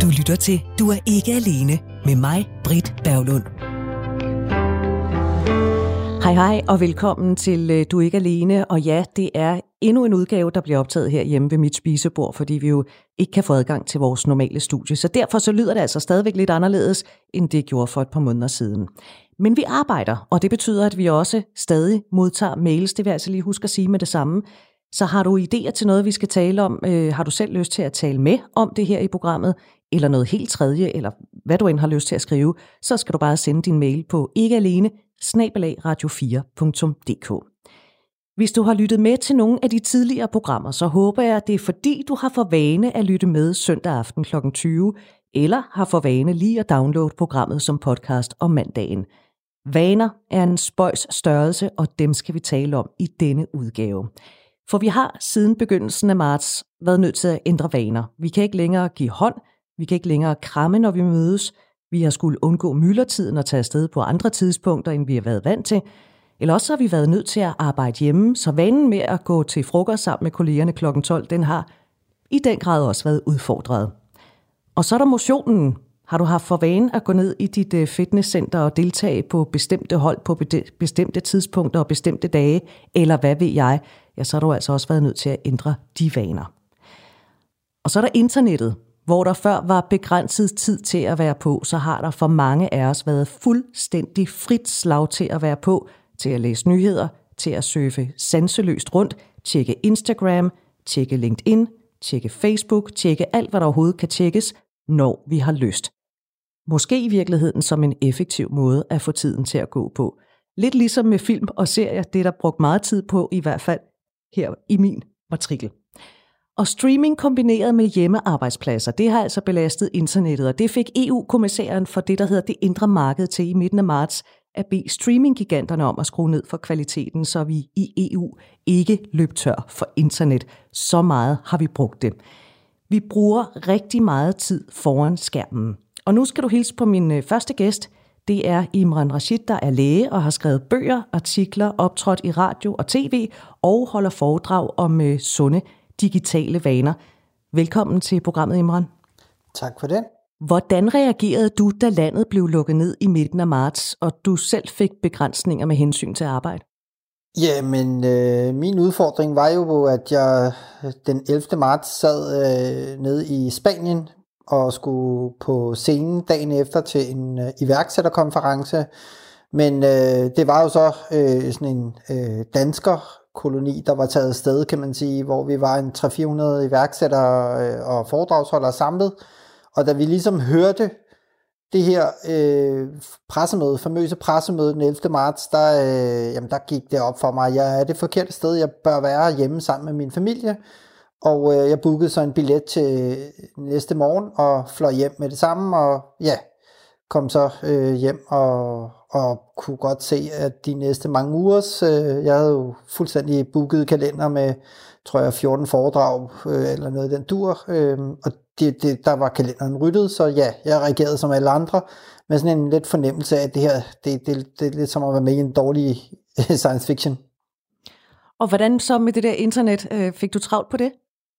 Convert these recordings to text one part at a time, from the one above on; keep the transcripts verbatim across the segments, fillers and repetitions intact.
lytter til Du er ikke alene med mig, Britt Berglund. Hej hej og velkommen til Du er ikke alene. Og ja, det er endnu en udgave, der bliver optaget herhjemme ved mit spisebord, fordi vi jo ikke kan få adgang til vores normale studie. Så derfor så lyder det altså stadigvæk lidt anderledes, end det gjorde for et par måneder siden. Men vi arbejder, og det betyder, at vi også stadig modtager mails. Det vil jeg altså lige huske at sige med det samme. Så har du idéer til noget, vi skal tale om? Øh, har du selv lyst til at tale med om det her i programmet? Eller noget helt tredje, eller hvad du end har lyst til at skrive, så skal du bare sende din mail på ikkealene snabel-a radio fire punktum d k. Hvis du har lyttet med til nogle af de tidligere programmer, så håber jeg, at det er fordi, du har for vane at lytte med søndag aften klokken tyve, eller har for vane lige at downloade programmet som podcast om mandagen. Vaner er en spøjs størrelse, og dem skal vi tale om i denne udgave. For vi har siden begyndelsen af marts været nødt til at ændre vaner. Vi kan ikke længere give hånd, vi kan ikke længere kramme, når vi mødes. Vi har skulle undgå myldretiden og tage afsted på andre tidspunkter, end vi har været vant til. Eller også har vi været nødt til at arbejde hjemme, så vanen med at gå til frokost sammen med kollegerne klokken tolv, den har i den grad også været udfordret. Og så er der motionen. Har du haft for vane at gå ned i dit fitnesscenter og deltage på bestemte hold på bestemte tidspunkter og bestemte dage, eller hvad ved jeg, ja, så har du altså også været nødt til at ændre de vaner. Og så er der internettet. Hvor der før var begrænset tid til at være på, så har der for mange af os været fuldstændig frit slag til at være på, til at læse nyheder, til at surfe sanseløst rundt, tjekke Instagram, tjekke LinkedIn, tjekke Facebook, tjekke alt, hvad der overhovedet kan tjekkes, når vi har lyst. Måske i virkeligheden som en effektiv måde at få tiden til at gå på. Lidt ligesom med film og serier, det er der brugt meget tid på, i hvert fald her i min matrikel. Og streaming kombineret med hjemmearbejdspladser, det har altså belastet internettet, og det fik E U-kommissæren for det, der hedder det indre marked til i midten af marts, at bede streaminggiganterne om at skrue ned for kvaliteten, så vi i E U ikke løb tør for internet. Så meget har vi brugt det. Vi bruger rigtig meget tid foran skærmen. Og nu skal du hilse på min første gæst. Det er Imran Rashid, der er læge og har skrevet bøger, artikler, optrådt i radio og tv og holder foredrag om øh, sunde digitale vaner. Velkommen til programmet, Imran. Tak for det. Hvordan reagerede du, da landet blev lukket ned i midten af marts, og du selv fik begrænsninger med hensyn til arbejde? Jamen, øh, min udfordring var jo, at jeg den ellevte marts sad øh, nede i Spanien og skulle på scenen dagen efter til en øh, iværksætterkonference. Men øh, det var jo så øh, sådan en øh, dansker koloni, der var taget afsted, kan man sige, hvor vi var en tre til fire hundrede iværksættere øh, og foredragsholdere samlet. Og da vi ligesom hørte det her øh, pressemøde, famøse pressemøde den ellevte marts, der, øh, jamen, der gik det op for mig, at jeg er det forkerte sted, jeg bør være hjemme sammen med min familie. Og øh, jeg bookede så en billet til næste morgen og fløj hjem med det samme, og ja, kom så øh, hjem og, og kunne godt se, at de næste mange ugers, øh, jeg havde jo fuldstændig booket kalender med, tror jeg, fjorten foredrag øh, eller noget af den dur, øh, og det, det, der var kalenderen ryddet, så ja, jeg reagerede som alle andre, med sådan en lidt fornemmelse af, at det her, det, det, det er lidt som at være med i en dårlig science fiction. Og hvordan så med det der internet, øh, fik du travlt på det?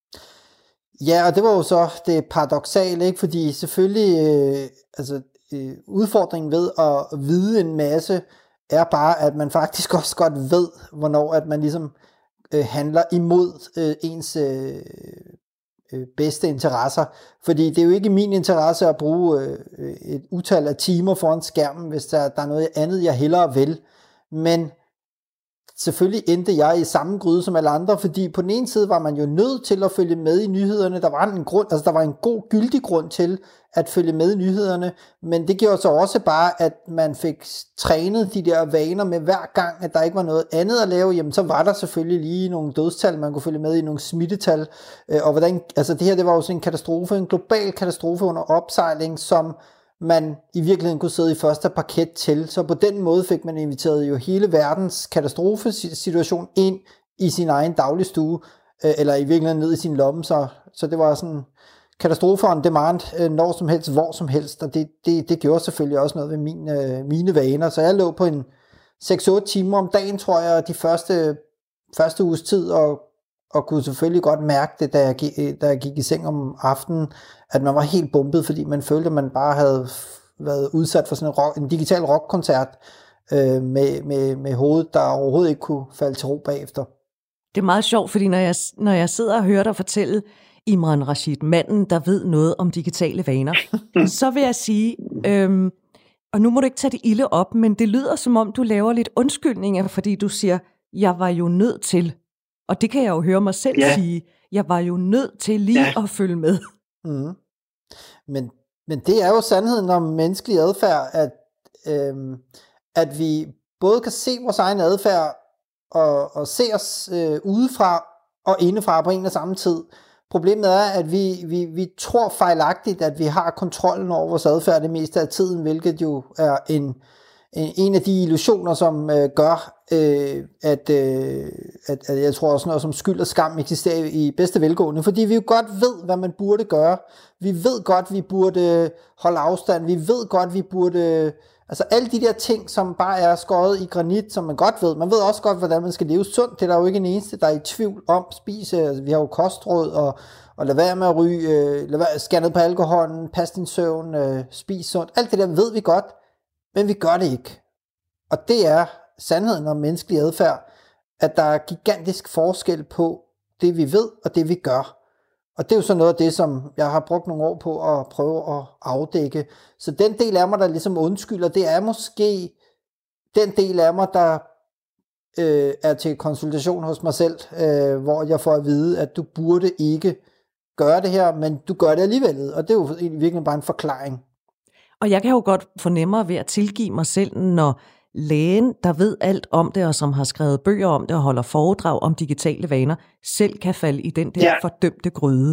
Ja, og det var jo så det paradoksale, ikke? Fordi selvfølgelig, øh, altså øh, udfordringen ved at vide en masse, er bare, at man faktisk også godt ved, hvornår at man ligesom øh, handler imod øh, ens øh, øh, bedste interesser. Fordi det er jo ikke min interesse at bruge øh, et utal af timer foran skærmen, hvis der, der er noget andet, jeg hellere vil. Men selvfølgelig endte jeg i samme gryde som alle andre, fordi på den ene side var man jo nødt til at følge med i nyhederne. Der var en grund, altså der var en god gyldig grund til at følge med i nyhederne, men det gjorde så også bare, at man fik trænet de der vaner med hver gang, at der ikke var noget andet at lave, jamen så var der selvfølgelig lige nogle dødstal, man kunne følge med i, nogle smittetal, og hvordan, altså det her, det var jo sådan en katastrofe, en global katastrofe under opsejling, som man i virkeligheden kunne sidde i første parket til. Så på den måde fik man inviteret jo hele verdens katastrofesituation ind i sin egen dagligstue, eller i virkeligheden ned i sin lomme. Så, så det var sådan katastrofe on demand, når som helst, hvor som helst. Og det, det, det gjorde selvfølgelig også noget ved min, mine vaner. Så jeg lå på en seks otte timer om dagen, tror jeg, de første, første uges tid, og og kunne selvfølgelig godt mærke det, da jeg, gik, da jeg gik i seng om aftenen, at man var helt bumpet, fordi man følte, at man bare havde været udsat for sådan en, rock, en digital rockkoncert øh, med, med, med hovedet, der overhovedet ikke kunne falde til ro bagefter. Det er meget sjovt, fordi når jeg, når jeg sidder og hører dig fortælle Imran Rashid, manden, der ved noget om digitale vaner, så vil jeg sige, øhm, og nu må du ikke tage det ilde op, men det lyder som om, du laver lidt undskyldninger, fordi du siger, jeg var jo nødt til, og det kan jeg jo høre mig selv ja. sige, jeg var jo nødt til lige ja. at følge med. Mm. Men, men det er jo sandheden om menneskelig adfærd, at, øhm, at vi både kan se vores egen adfærd, og, og se os øh, udefra og indefra på en og samme tid. Problemet er, at vi, vi, vi tror fejlagtigt, at vi har kontrollen over vores adfærd det meste af tiden, hvilket jo er en, en, en af de illusioner, som øh, gør, øh, at, øh, at, at jeg tror også noget som skyld og skam eksisterer i bedste velgående, fordi vi jo godt ved, hvad man burde gøre. Vi ved godt, vi burde holde afstand. Vi ved godt, vi burde... Altså alle de der ting, som bare er skåret i granit, som man godt ved. Man ved også godt, hvordan man skal leve sundt. Det er der jo ikke en eneste, der er i tvivl om. Spise, altså, vi har jo kostråd, og, og lad være med at ryge, øh, lad være, skære ned på alkoholen, pas din søvn, øh, spis sundt. Alt det der ved vi godt, men vi gør det ikke. Og det er sandheden om menneskelig adfærd, at der er gigantisk forskel på det, vi ved, og det, vi gør. Og det er jo så noget af det, som jeg har brugt nogle år på at prøve at afdække. Så den del af mig, der ligesom undskylder, det er måske den del af mig, der øh, er til konsultation hos mig selv, øh, hvor jeg får at vide, at du burde ikke gøre det her, men du gør det alligevel. Og det er jo virkelig bare en forklaring. Og jeg kan jo godt fornemme ved at tilgive mig selv, når lægen, der ved alt om det, og som har skrevet bøger om det, og holder foredrag om digitale vaner, selv kan falde i den der ja. fordømte gryde.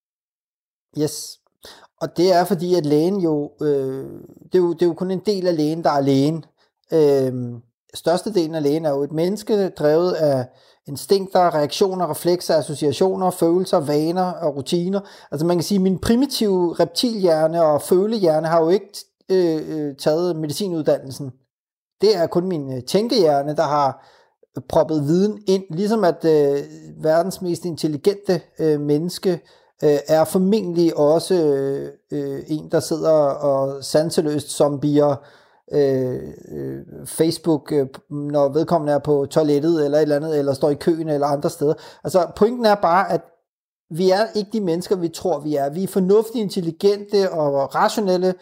Yes. Og det er fordi, at lægen jo, øh, det, er jo det er jo kun en del af lægen, der er lægen. Øh, størstedelen af lægen er jo et menneske, drevet af instinkter, reaktioner, reflekser, associationer, følelser, vaner og rutiner. Altså man kan sige, at min primitive reptilhjerne og følehjerne har jo ikke øh, taget medicinuddannelsen. Det er kun min tænkehjerne, der har proppet viden ind, ligesom at øh, verdens mest intelligente øh, menneske øh, er formentlig også øh, en, der sidder og sanseløst zombier øh, øh, Facebook, øh, når vedkommende er på toilettet eller et eller andet, eller står i køen eller andre steder. Altså pointen er bare, at vi er ikke de mennesker, vi tror, vi er. Vi er fornuftige, intelligente og rationelle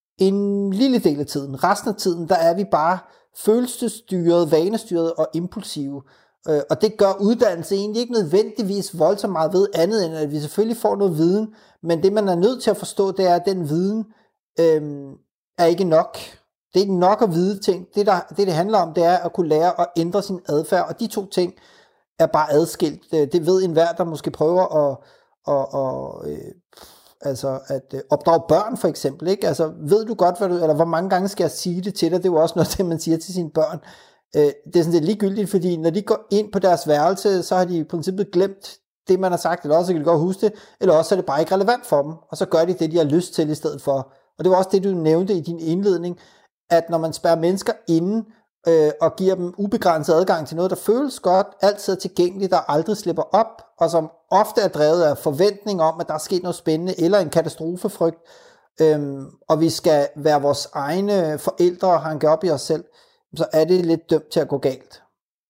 en lille del af tiden. Resten af tiden, der er vi bare følelsesstyret, vanestyret og impulsive. Øh, og det gør uddannelse egentlig ikke nødvendigvis voldsomt meget ved andet, end at vi selvfølgelig får noget viden, men det man er nødt til at forstå, det er, at den viden øh, er ikke nok. Det er ikke nok at vide ting. Det, der, det, det handler om, det er at kunne lære at ændre sin adfærd, og de to ting er bare adskilt. Det ved enhver, der måske prøver at, at, at, øh, altså at opdrage børn for eksempel. Ikke? Altså, ved du godt, hvad du, eller hvor mange gange skal jeg sige det til dig? Det er jo også noget, det man siger til sine børn. Det er sådan lidt ligegyldigt, fordi når de går ind på deres værelse, så har de i princippet glemt det, man har sagt, eller også kan de godt huske det, eller også er det bare ikke relevant for dem, og så gør de det, de har lyst til i stedet for. Og det var også det, du nævnte i din indledning, at når man spærrer mennesker inde, øh, og giver dem ubegrænset adgang til noget, der føles godt, altid er tilgængeligt, der aldrig slipper op, og som ofte er drevet af forventning om, at der er sket noget spændende, eller en katastrofefrygt, øhm, og vi skal være vores egne forældre og hanke op i os selv, så er det lidt dømt til at gå galt.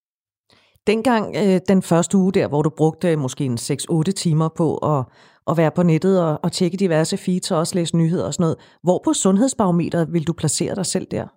Dengang øh, den første uge der, hvor du brugte måske en seks otte timer på at, at være på nettet og, og tjekke diverse feeds og også læse nyheder og sådan noget, hvor på sundhedsbarometeret vil du placere dig selv der?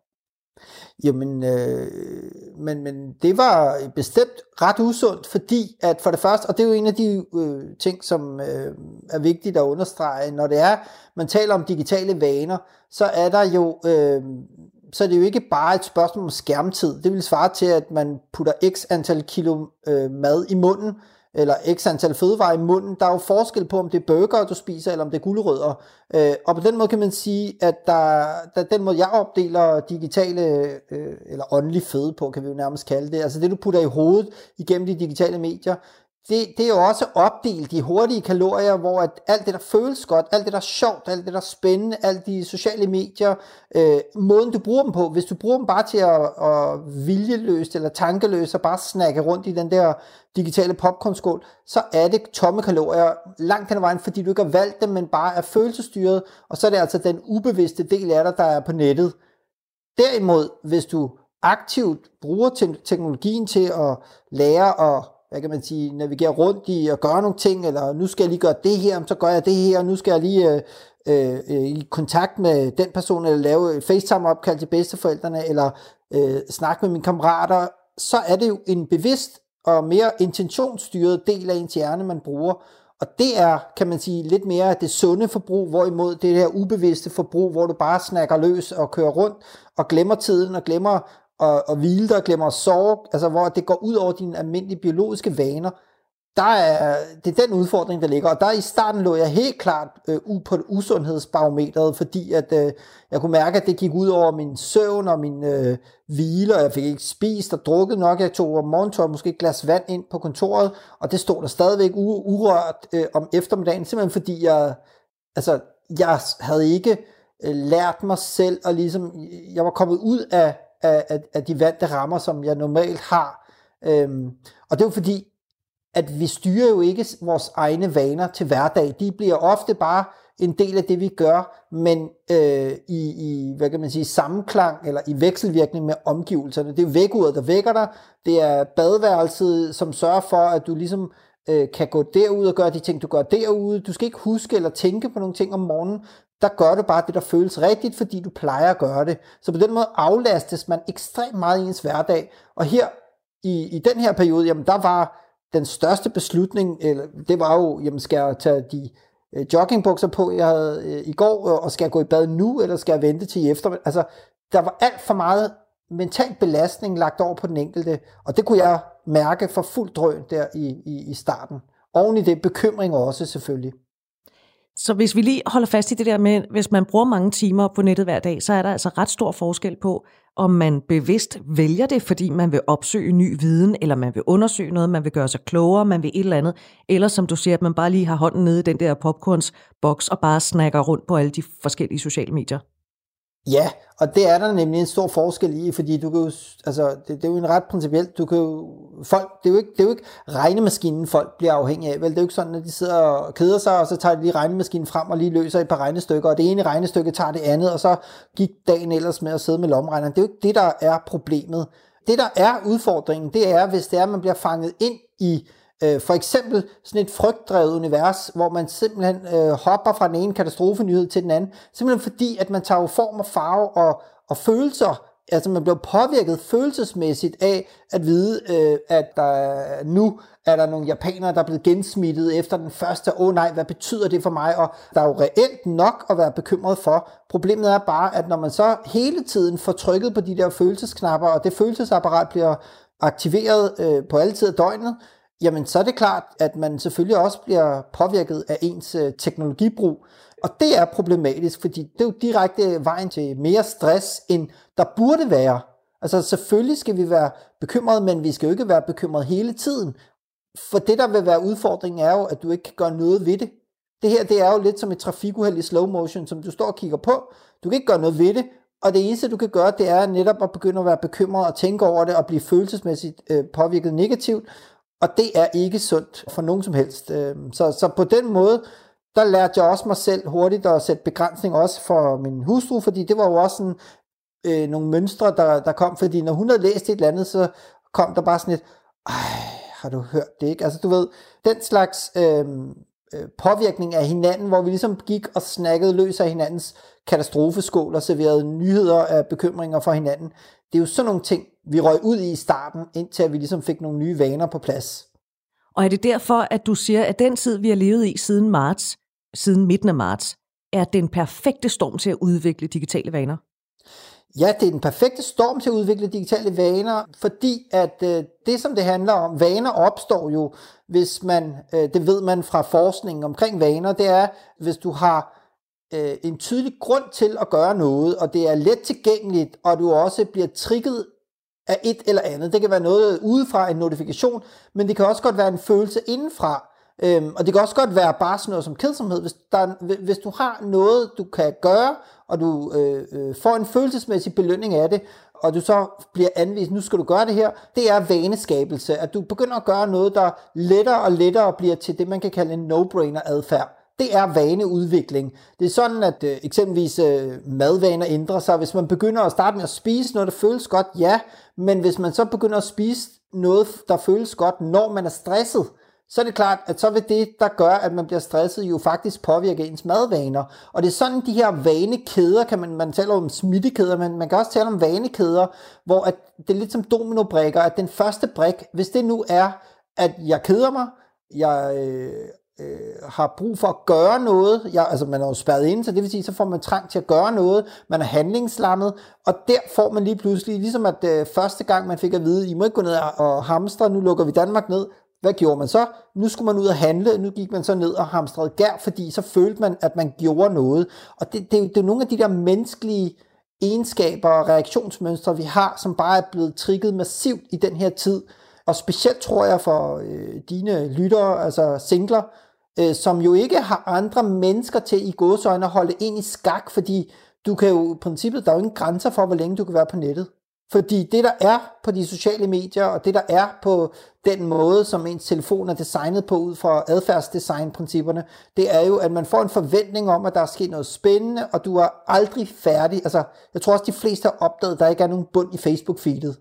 Jamen, øh, men, men det var bestemt ret usundt, fordi at for det første, og det er jo en af de øh, ting, som øh, er vigtigt at understrege, når det er, man taler om digitale vaner, så er der jo, øh, så er det jo ikke bare et spørgsmål om skærmtid. Det vil svare til, at man putter x antal kilo øh, mad i munden, eller x antal fødevarer i munden. Der er jo forskel på, om det er burger, du spiser, eller om det er gulerødder. Øh, og på den måde kan man sige, at der, der den måde, jeg opdeler digitale, øh, eller åndelig føde på, kan vi jo nærmest kalde det, altså det, du putter i hovedet igennem de digitale medier, det, det er jo også opdelt i hurtige kalorier, hvor at alt det, der føles godt, alt det, der er sjovt, alt det, der er spændende, alle de sociale medier, øh, måden du bruger dem på, hvis du bruger dem bare til at, at viljeløst eller tankeløst og bare snakke rundt i den der digitale popcornskål, så er det tomme kalorier langt hen ad vejen, fordi du ikke har valgt dem, men bare er følelsesstyret, og så er det altså den ubevidste del af dig, der er på nettet. Derimod, hvis du aktivt bruger te- teknologien til at lære og hvad kan man sige, navigere rundt i og gøre nogle ting, eller nu skal jeg lige gøre det her, så gør jeg det her, og nu skal jeg lige øh, øh, i kontakt med den person, eller lave et FaceTime-opkald til bedsteforældrene, eller øh, snakke med mine kammerater, så er det jo en bevidst og mere intentionsstyret del af ens hjerne, man bruger. Og det er, kan man sige, lidt mere det sunde forbrug, hvorimod det her ubevidste forbrug, hvor du bare snakker løs og kører rundt, og glemmer tiden, og glemmer og, og hvile dig, og glemmer at sove, altså hvor det går ud over dine almindelige biologiske vaner. Der er, det er den udfordring, der ligger, og der i starten lå jeg helt klart øh, ud på det usundhedsbarometeret, fordi at øh, jeg kunne mærke, at det gik ud over min søvn og min øh, hvile, og jeg fik ikke spist og drukket nok. Jeg tog om morgentøj måske et glas vand ind på kontoret, og det stod der stadigvæk u- urørt øh, om eftermiddagen, simpelthen fordi jeg, altså, jeg havde ikke øh, lært mig selv, og ligesom, jeg var kommet ud af, af, af, af de vante rammer, som jeg normalt har. Øhm, og det er jo fordi, at vi styrer jo ikke vores egne vaner til hverdag. De bliver ofte bare en del af det, vi gør, men øh, i, i, hvad kan man sige, sammenklang eller i vekselvirkning med omgivelserne. Det er vækkeuret, der vækker dig. Det er badeværelset, som sørger for, at du ligesom øh, kan gå derud og gøre de ting, du gør derude. Du skal ikke huske eller tænke på nogle ting om morgenen. Der gør du bare det, der føles rigtigt, fordi du plejer at gøre det. Så på den måde aflastes man ekstremt meget i ens hverdag. Og her, i, i den her periode, jamen der var den største beslutning, eller det var jo, jamen skal jeg tage de øh, joggingbukser på, jeg havde øh, i går, og skal jeg gå i bad nu, eller skal jeg vente til i eftermiddag? Altså, der var alt for meget mental belastning lagt over på den enkelte, og det kunne jeg mærke for fuld drøn der i, i, i starten. Oven i det bekymring også selvfølgelig. Så hvis vi lige holder fast i det der med, hvis man bruger mange timer på nettet hver dag, så er der altså ret stor forskel på, om man bevidst vælger det, fordi man vil opsøge ny viden, eller man vil undersøge noget, man vil gøre sig klogere, man vil et eller andet, eller som du siger, at man bare lige har hånden nede i den der popcornsboks og bare snakker rundt på alle de forskellige sociale medier. Ja, og det er der nemlig en stor forskel i, fordi du kan jo, altså, det, det er jo en ret principielt, du kan jo, folk, det er jo ikke, det er jo ikke regnemaskinen, folk bliver afhængige af, vel, det er jo ikke sådan, at de sidder og keder sig, og så tager de lige regnemaskinen frem og lige løser et par regnestykker, og det ene regnestykke tager det andet, og så gik dagen ellers med at sidde med lommeregneren. Det er jo ikke det, der er problemet. Det, der er udfordringen, det er, hvis det er, at man bliver fanget ind i for eksempel sådan et frygtdrevet univers, hvor man simpelthen øh, hopper fra den ene katastrofenyhed til den anden, simpelthen fordi, at man tager jo form og farve og, og følelser, altså man bliver påvirket følelsesmæssigt af at vide, øh, at der nu er der nogle japanere, der er blevet gensmittet efter den første, åh oh, nej, hvad betyder det for mig, og der er jo reelt nok at være bekymret for. Problemet er bare, at når man så hele tiden får trykket på de der følelsesknapper, og det følelsesapparat bliver aktiveret øh, på alle tider af døgnet, jamen så er det klart, at man selvfølgelig også bliver påvirket af ens øh, teknologibrug. Og det er problematisk, fordi det er jo direkte vejen til mere stress, end der burde være. Altså selvfølgelig skal vi være bekymrede, men vi skal jo ikke være bekymrede hele tiden. For det, der vil være udfordringen, er jo, at du ikke kan gøre noget ved det. Det her, det er jo lidt som et trafikuheld i slow motion, som du står og kigger på. Du kan ikke gøre noget ved det, og det eneste, du kan gøre, det er netop at begynde at være bekymret og tænke over det, og blive følelsesmæssigt øh, påvirket negativt. Og det er ikke sundt for nogen som helst. Så, så på den måde, der lærte jeg også mig selv hurtigt at sætte begrænsning også for min hustru, fordi det var jo også sådan, øh, nogle mønstre, der, der kom, fordi når hun havde læst et eller andet, så kom der bare sådan et, ej, har du hørt det, ikke? Altså du ved, den slags øh, påvirkning af hinanden, hvor vi ligesom gik og snakkede løs af hinandens katastrofeskål og serverede nyheder af bekymringer for hinanden. Det er jo sådan nogle ting, vi røg ud i i starten, indtil vi ligesom fik nogle nye vaner på plads. Og er det derfor, at du siger, at den tid, vi har levet i siden marts, siden midten af marts, er den perfekte storm til at udvikle digitale vaner? Ja, det er den perfekte storm til at udvikle digitale vaner, fordi at øh, det, som det handler om, vaner opstår jo, hvis man, øh, det ved man fra forskningen omkring vaner, det er, hvis du har øh, en tydelig grund til at gøre noget, og det er let tilgængeligt, og du også bliver trigget af et eller andet. Det kan være noget udefra, en notifikation, men det kan også godt være en følelse indenfra. Øhm, og det kan også godt være bare sådan noget som kedsomhed. Hvis, der er, hvis du har noget, du kan gøre, og du øh, øh, får en følelsesmæssig belønning af det, og du så bliver anvist, nu skal du gøre det her, det er vaneskabelse. At du begynder at gøre noget, der lettere og lettere bliver til det, man kan kalde en no-brainer adfærd. Det er vaneudvikling. Det er sådan, at øh, eksempelvis øh, madvaner ændrer sig. Hvis man begynder at starte med at spise noget, der føles godt, ja, men hvis man så begynder at spise noget, der føles godt, når man er stresset, så er det klart, at så vil det, der gør, at man bliver stresset, jo faktisk påvirke ens madvaner. Og det er sådan, de her vanekæder, kan man, man taler om smittekæder, men man kan også tale om vanekæder, hvor at det er lidt som dominobrikker, at den første brik, hvis det nu er, at jeg keder mig, jeg øh, øh, har brug for at gøre noget, jeg, altså man er jo spærret inde, så det vil sige, så får man trang til at gøre noget, man er handlingslammet, og der får man lige pludselig, ligesom at øh, første gang man fik at vide, I må ikke gå ned og hamstre, nu lukker vi Danmark ned. Hvad gjorde man så? Nu skulle man ud og handle, nu gik man så ned og hamstrede gær, fordi så følte man, at man gjorde noget. Og det, det, det er nogle af de der menneskelige egenskaber og reaktionsmønstre, vi har, som bare er blevet trigget massivt i den her tid. Og specielt tror jeg for øh, dine lyttere, altså singler, øh, som jo ikke har andre mennesker til i gåseøjne at holde ind i skak, fordi du kan jo i princippet, der er jo ingen grænser for, hvor længe du kan være på nettet. Fordi det, der er på de sociale medier, og det, der er på den måde, som ens telefon er designet på ud fra adfærdsdesignprincipperne, det er jo, at man får en forventning om, at der er sket noget spændende, og du er aldrig færdig. Altså, jeg tror også, de fleste har opdaget, at der ikke er nogen bund i Facebook-feedet.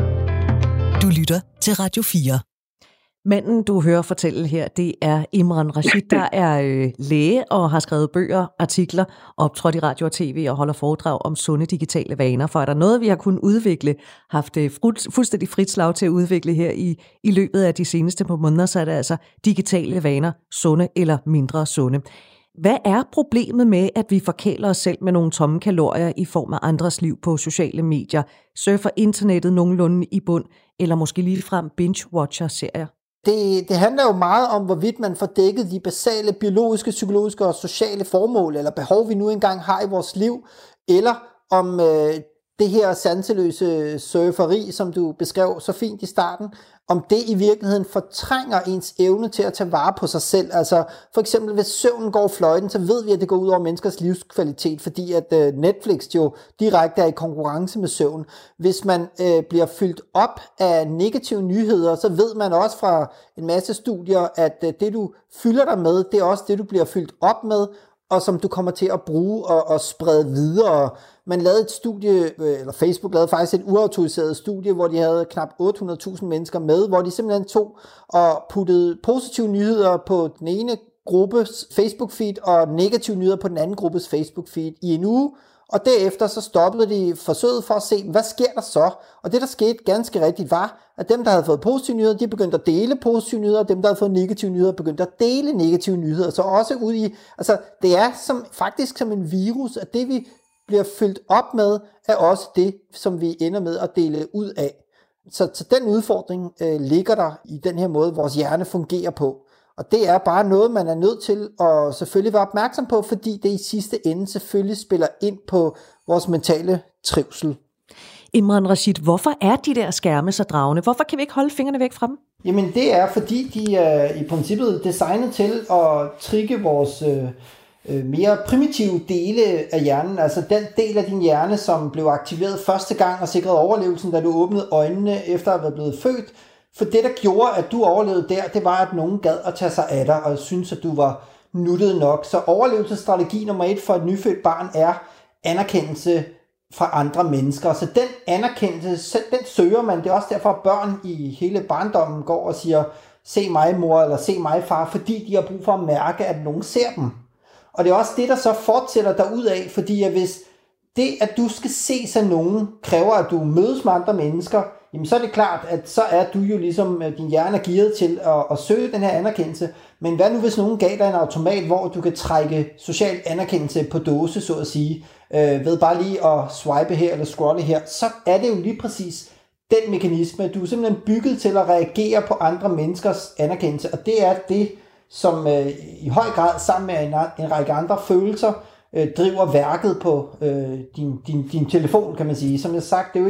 Du lytter til Radio fire. Manden, du hører fortælle her, det er Imran Rashid, der er øh, læge og har skrevet bøger, artikler, optrådt i radio og tv og holder foredrag om sunde digitale vaner. For er der noget, vi har kunnet udvikle, haft øh, fuldstændig frit slag til at udvikle her i, i løbet af de seneste par måneder, så er det altså digitale vaner, sunde eller mindre sunde. Hvad er problemet med, at vi forkæler os selv med nogle tomme kalorier i form af andres liv på sociale medier, surfer internettet nogenlunde i bund, eller måske ligefrem binge-watcher serier? Det, det handler jo meget om, hvorvidt man får dækket de basale biologiske, psykologiske og sociale formål, eller behov, vi nu engang har i vores liv, eller om øh, det her sanseløse surferi, som du beskrev så fint i starten, om det i virkeligheden fortrænger ens evne til at tage vare på sig selv. Altså for eksempel, hvis søvnen går fløjten, så ved vi, at det går ud over menneskers livskvalitet, fordi at øh, Netflix jo direkte er i konkurrence med søvn. Hvis man øh, bliver fyldt op af negative nyheder, så ved man også fra en masse studier, at øh, det du fylder dig med, det er også det, du bliver fyldt op med, og som du kommer til at bruge og, og sprede videre. Man lavede et studie, eller Facebook lavede faktisk et uautoriseret studie, hvor de havde knap otte hundrede tusind mennesker med, hvor de simpelthen tog og puttede positive nyheder på den ene gruppes Facebook-feed, og negative nyheder på den anden gruppes Facebook-feed i en uge, og derefter så stoppede de forsøget for at se, hvad sker der så? Og det, der skete ganske rigtigt, var, at dem, der havde fået positive nyheder, de begyndte at dele positive nyheder, og dem, der havde fået negative nyheder, begyndte at dele negative nyheder. Så også ud i, altså det er som, faktisk som en virus, at det, vi bliver fyldt op med, er også det, som vi ender med at dele ud af. Så, så den udfordring øh, ligger der i den her måde, vores hjerne fungerer på. Og det er bare noget, man er nødt til at selvfølgelig være opmærksom på, fordi det i sidste ende selvfølgelig spiller ind på vores mentale trivsel. Imran Rashid, hvorfor er de der skærme så dragende? Hvorfor kan vi ikke holde fingrene væk fra dem? Jamen det er, fordi de er i princippet designet til at trigge vores øh, mere primitive dele af hjernen. Altså den del af din hjerne, som blev aktiveret første gang og sikrede overlevelsen, da du åbnede øjnene efter at være blevet født. For det, der gjorde, at du overlevede der, det var, at nogen gad at tage sig af dig og synes, at du var nuttet nok. Så overlevelsesstrategi nummer et for et nyfødt barn er anerkendelse fra andre mennesker. Så den anerkendelse, den søger man. Det er også derfor, at børn i hele barndommen går og siger, se mig mor, eller se mig far, fordi de har brug for at mærke, at nogen ser dem. Og det er også det, der så fortsætter derudad, fordi at hvis det, at du skal ses af nogen, kræver, at du mødes med andre mennesker, jamen så er det klart, at så er du jo ligesom, din hjerne er gearet til at, at søge den her anerkendelse. Men hvad nu, hvis nogen gav dig en automat, hvor du kan trække social anerkendelse på dåse, så at sige, øh, ved bare lige at swipe her eller scrolle her, så er det jo lige præcis den mekanisme. Du er simpelthen bygget til at reagere på andre menneskers anerkendelse, og det er det, som øh, i høj grad sammen med en, en række andre følelser, øh, driver værket på øh, din, din, din telefon, kan man sige. Som jeg har sagt, det er jo ikke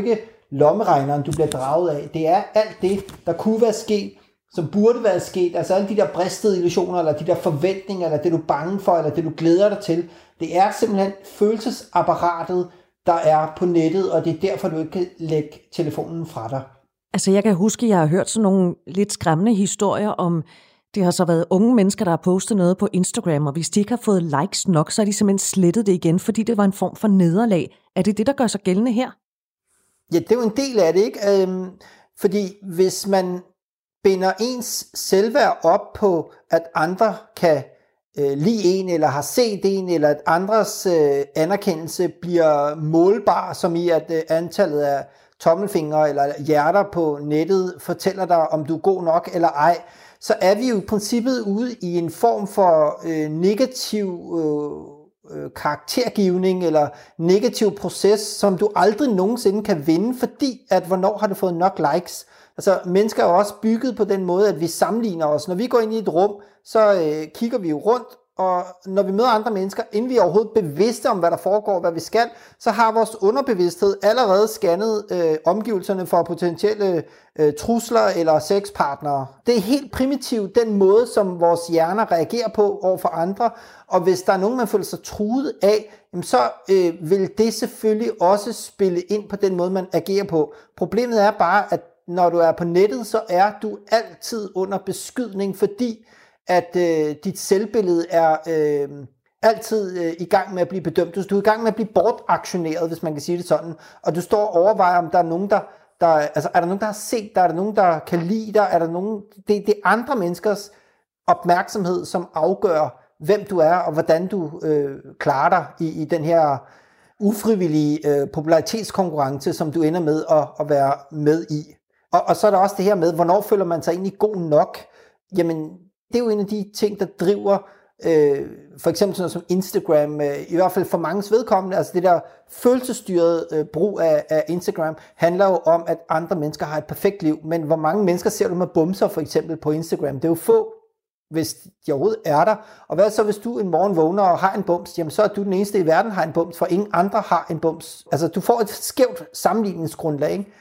lommeregneren, du bliver draget af. Det er alt det, der kunne være sket, som burde være sket. Altså alle de der bristede illusioner, eller de der forventninger, eller det du er bange for, eller det du glæder dig til. Det er simpelthen følelsesapparatet, der er på nettet, og det er derfor, du ikke kan lægge telefonen fra dig. Altså jeg kan huske, at jeg har hørt sådan nogle lidt skræmmende historier om, det har så været unge mennesker, der har postet noget på Instagram, og hvis de ikke har fået likes nok, så har de simpelthen slettet det igen, fordi det var en form for nederlag. Er det det, der gør sig gældende her? Ja, det er jo en del af det, ikke? Øhm, fordi hvis man binder ens selvværd op på, at andre kan øh, lide en, eller har set en, eller at andres øh, anerkendelse bliver målbar, som i at øh, antallet af tommelfingre eller hjerter på nettet fortæller dig, om du er god nok eller ej, så er vi jo i princippet ude i en form for øh, negativ øh, øh, karaktergivning eller negativ proces, som du aldrig nogensinde kan vinde, fordi at hvornår har du fået nok likes? Altså mennesker er jo også bygget på den måde, at vi sammenligner os. Når vi går ind i et rum, så øh, kigger vi jo rundt, og når vi møder andre mennesker, inden vi er overhovedet bevidste om, hvad der foregår, hvad vi skal, så har vores underbevidsthed allerede scannet øh, omgivelserne for potentielle øh, trusler eller sexpartnere. Det er helt primitivt, den måde, som vores hjerner reagerer på over for andre, og hvis der er nogen, man føler sig truet af, jamen så øh, vil det selvfølgelig også spille ind på den måde, man agerer på. Problemet er bare, at når du er på nettet, så er du altid under beskydning, fordi at øh, dit selvbillede er øh, altid øh, i gang med at blive bedømt. Du, du er i gang med at blive bortaktioneret, hvis man kan sige det sådan. Og du står og overvejer, om der er nogen, der, der, altså, er der nogen, der har set dig? Er der nogen, der kan lide dig? Er der nogen, det, det er andre menneskers opmærksomhed, som afgør, hvem du er, og hvordan du øh, klarer dig i, i den her ufrivillige øh, popularitetskonkurrence, som du ender med at, at være med i. Og, og så er der også det her med, hvornår føler man sig egentlig god nok? Jamen, det er jo en af de ting, der driver øh, for eksempel sådan noget som Instagram, øh, i hvert fald for manges vedkommende, altså det der følelsesstyrede øh, brug af, af Instagram, handler jo om, at andre mennesker har et perfekt liv, men hvor mange mennesker ser du med bumser for eksempel på Instagram? Det er jo få, hvis de overhovedet er der. Og hvad så, hvis du en morgen vågner og har en bums, jamen så er du den eneste i verden, der har en bums, for ingen andre har en bums. Altså du får et skævt sammenligningsgrundlag, ikke?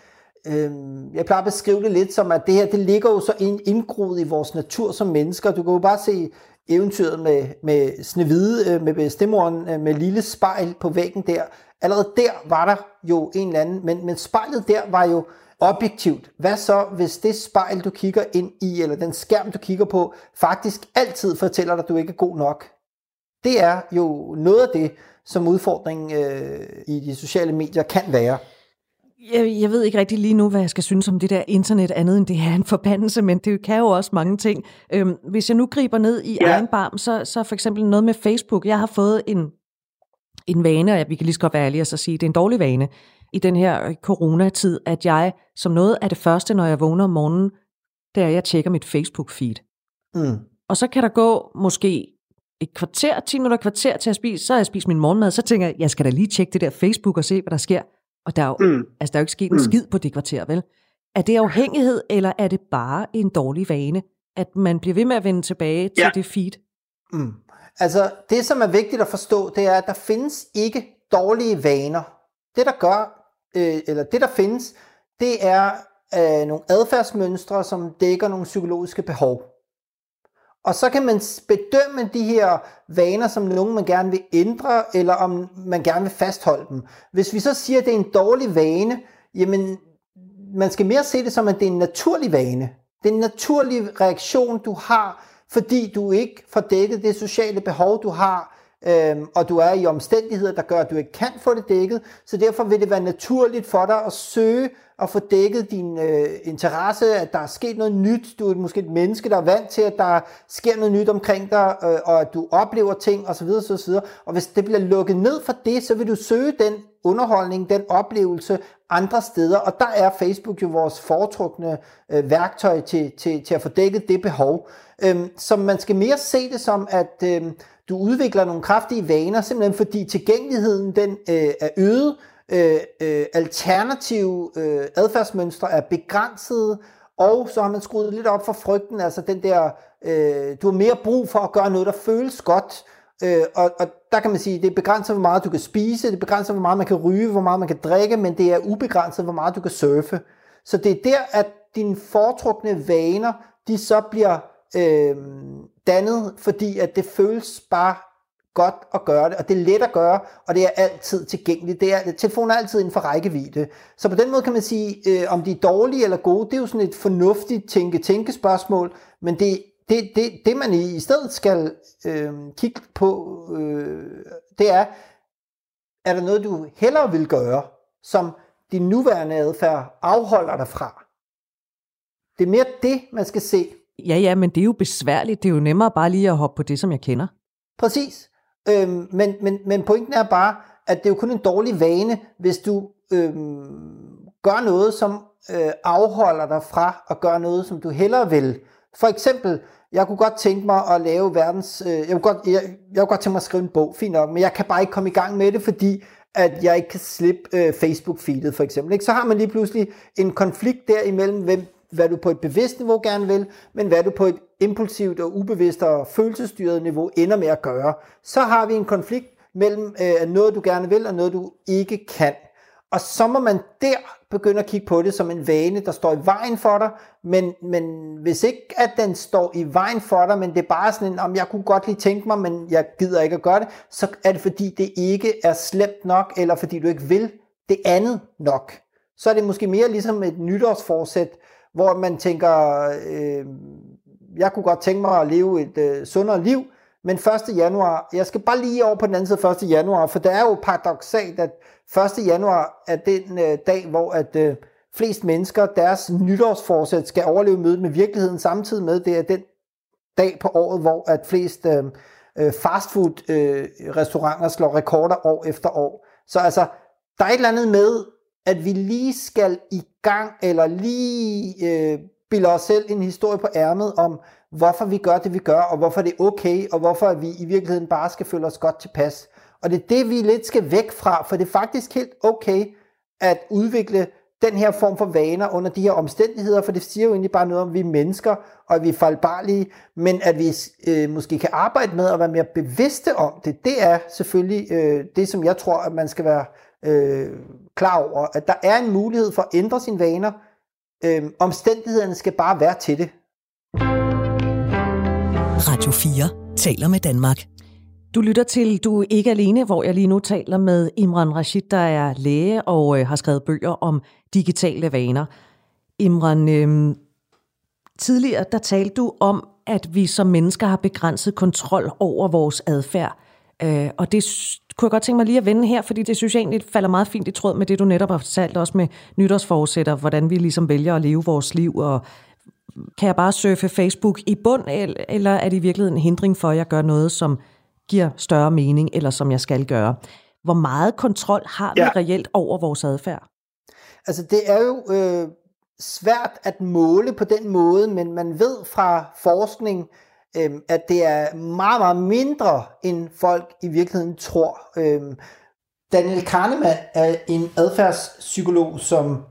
Jeg plejer at beskrive det lidt som, at det her, det ligger jo så indgroet i vores natur som mennesker. Du kan jo bare se eventyret med, med Snehvide, med bedstemoren, med lille spejl på væggen der. Allerede der var der jo en eller anden, men, men spejlet der var jo objektivt. Hvad så, hvis det spejl, du kigger ind i, eller den skærm, du kigger på, faktisk altid fortæller dig, at du ikke er god nok? Det er jo noget af det, som udfordringen øh, i de sociale medier kan være. Jeg, jeg ved ikke rigtig lige nu, hvad jeg skal synes om det der internet, andet end det er en forbandelse, men det kan jo også mange ting. Øhm, hvis jeg nu griber ned i ja. egen barm, så, så for eksempel noget med Facebook. Jeg har fået en, en vane, og vi kan lige så godt være ærlige og så sige, det er en dårlig vane i den her coronatid, at jeg som noget af det første, når jeg vågner om morgenen, det er, at jeg tjekker mit Facebook-feed. Mm. Og så kan der gå måske et kvarter, ti minutter kvarter til at spise, så har jeg spist min morgenmad, så tænker jeg, jeg skal da lige tjekke det der Facebook og se, hvad der sker. Og der er jo, mm. altså, der er jo ikke sket en mm. skid på det kvarter, vel? Er det afhængighed, eller er det bare en dårlig vane, at man bliver ved med at vende tilbage til ja. det feed? Mm. Altså, det som er vigtigt at forstå, det er, at der findes ikke dårlige vaner. Det der gør, øh, eller det der findes, det er øh, nogle adfærdsmønstre, som dækker nogle psykologiske behov. Og så kan man bedømme de her vaner som nogen, man gerne vil ændre, eller om man gerne vil fastholde dem. Hvis vi så siger, at det er en dårlig vane, jamen man skal mere se det som, at det er en naturlig vane. Det er en naturlig reaktion, du har, fordi du ikke får dækket det sociale behov, du har, øhm, og du er i omstændigheder, der gør, at du ikke kan få det dækket. Så derfor vil det være naturligt for dig at søge at få dækket din øh, interesse, at der er sket noget nyt. Du er måske et menneske, der er vant til, at der sker noget nyt omkring dig, øh, og at du oplever ting osv. osv. Og hvis det bliver lukket ned for det, så vil du søge den underholdning, den oplevelse andre steder. Og der er Facebook jo vores foretrukne øh, værktøj til, til, til at få dækket det behov. Øhm, så man skal mere se det som, at øh, du udvikler nogle kraftige vaner, simpelthen fordi tilgængeligheden den øh, er øget, Øh, øh, alternative øh, adfærdsmønstre er begrænsede, og så har man skruet lidt op for frygten, altså den der, øh, du har mere brug for at gøre noget, der føles godt, Øh, og, og der kan man sige, det er begrænset, hvor meget du kan spise, det er begrænset, hvor meget man kan ryge, hvor meget man kan drikke, men det er ubegrænset, hvor meget du kan surfe. Så det er der, at dine foretrukne vaner, de så bliver øh, dannet, fordi at det føles bare godt at gøre det, og det er let at gøre, og det er altid tilgængeligt. Det er, telefonen er altid inden for rækkevidde. Så på den måde kan man sige, øh, om de er dårlige eller gode, det er jo sådan et fornuftigt tænke-tænke-spørgsmål, men det, det, det, det man i stedet skal øh, kigge på, øh, det er, er der noget, du hellere vil gøre, som din nuværende adfærd afholder dig fra? Det er mere det, man skal se. Ja, ja, men det er jo besværligt. Det er jo nemmere bare lige at hoppe på det, som jeg kender. Præcis. Øhm, men, men, men pointen er bare, at det er jo kun en dårlig vane, hvis du øhm, gør noget, som øh, afholder dig fra at gøre noget, som du hellere vil. For eksempel, jeg kunne godt tænke mig at lave verdens... Øh, jeg, kunne godt, jeg, jeg kunne godt tænke mig at skrive en bog, fint nok, men jeg kan bare ikke komme i gang med det, fordi at jeg ikke kan slippe øh, Facebook-feedet, for eksempel. Ikke? Så har man lige pludselig en konflikt der imellem, hvem, hvad du på et bevidst niveau gerne vil, men hvad du på et impulsivt og ubevidst og følelsesstyret niveau ender med at gøre. Så har vi en konflikt mellem øh, noget, du gerne vil, og noget, du ikke kan. Og så må man der begynde at kigge på det som en vane, der står i vejen for dig, men, men hvis ikke, at den står i vejen for dig, men det er bare sådan en, om jeg kunne godt lige tænke mig, men jeg gider ikke at gøre det, så er det fordi, det ikke er slemt nok, eller fordi du ikke vil det andet nok. Så er det måske mere ligesom et nytårsforsæt, hvor man tænker, øh, jeg kunne godt tænke mig at leve et øh, sundere liv, men første januar, jeg skal bare lige over på den anden side første januar, for det er jo paradoksalt, at første januar er den øh, dag, hvor at øh, flest mennesker, deres nytårsforsæt skal overleve mødet med virkeligheden, samtidig med, det er den dag på året, hvor at flest øh, øh, fastfood øh, restauranter slår rekorder år efter år. Så altså, der er et eller andet med, at vi lige skal i gang, eller lige øh, bilde os selv en historie på ærmet om, hvorfor vi gør det, vi gør, og hvorfor det er okay, og hvorfor vi i virkeligheden bare skal føle os godt tilpas. Og det er det, vi lidt skal væk fra, for det er faktisk helt okay at udvikle den her form for vaner under de her omstændigheder, for det siger jo egentlig bare noget om, at vi er mennesker, og at vi er fejlbarlige, men at vi øh, måske kan arbejde med at være mere bevidste om det, det er selvfølgelig øh, det, som jeg tror, at man skal være øh, klar over, at der er en mulighed for at ændre sine vaner. Øh, omstændighederne skal bare være til det. Radio fire taler med Danmark. Du lytter til Du er ikke alene, hvor jeg lige nu taler med Imran Rashid, der er læge og øh, har skrevet bøger om digitale vaner. Imran, øh, tidligere der talte du om, at vi som mennesker har begrænset kontrol over vores adfærd. Øh, og det kunne jeg godt tænke mig lige at vende her, fordi det synes jeg egentlig falder meget fint i tråd med det, du netop har fortalt, også med nytårsforsætter, hvordan vi ligesom vælger at leve vores liv, og kan jeg bare surfe Facebook i bund, eller er det i virkeligheden en hindring for, at jeg gør noget, som giver større mening, eller som jeg skal gøre? Hvor meget kontrol har vi ja. reelt over vores adfærd? Altså det er jo øh, svært at måle på den måde, men man ved fra forskning, øh, at det er meget, meget mindre, end folk i virkeligheden tror. Øh, Daniel Kahneman er en adfærdspsykolog, som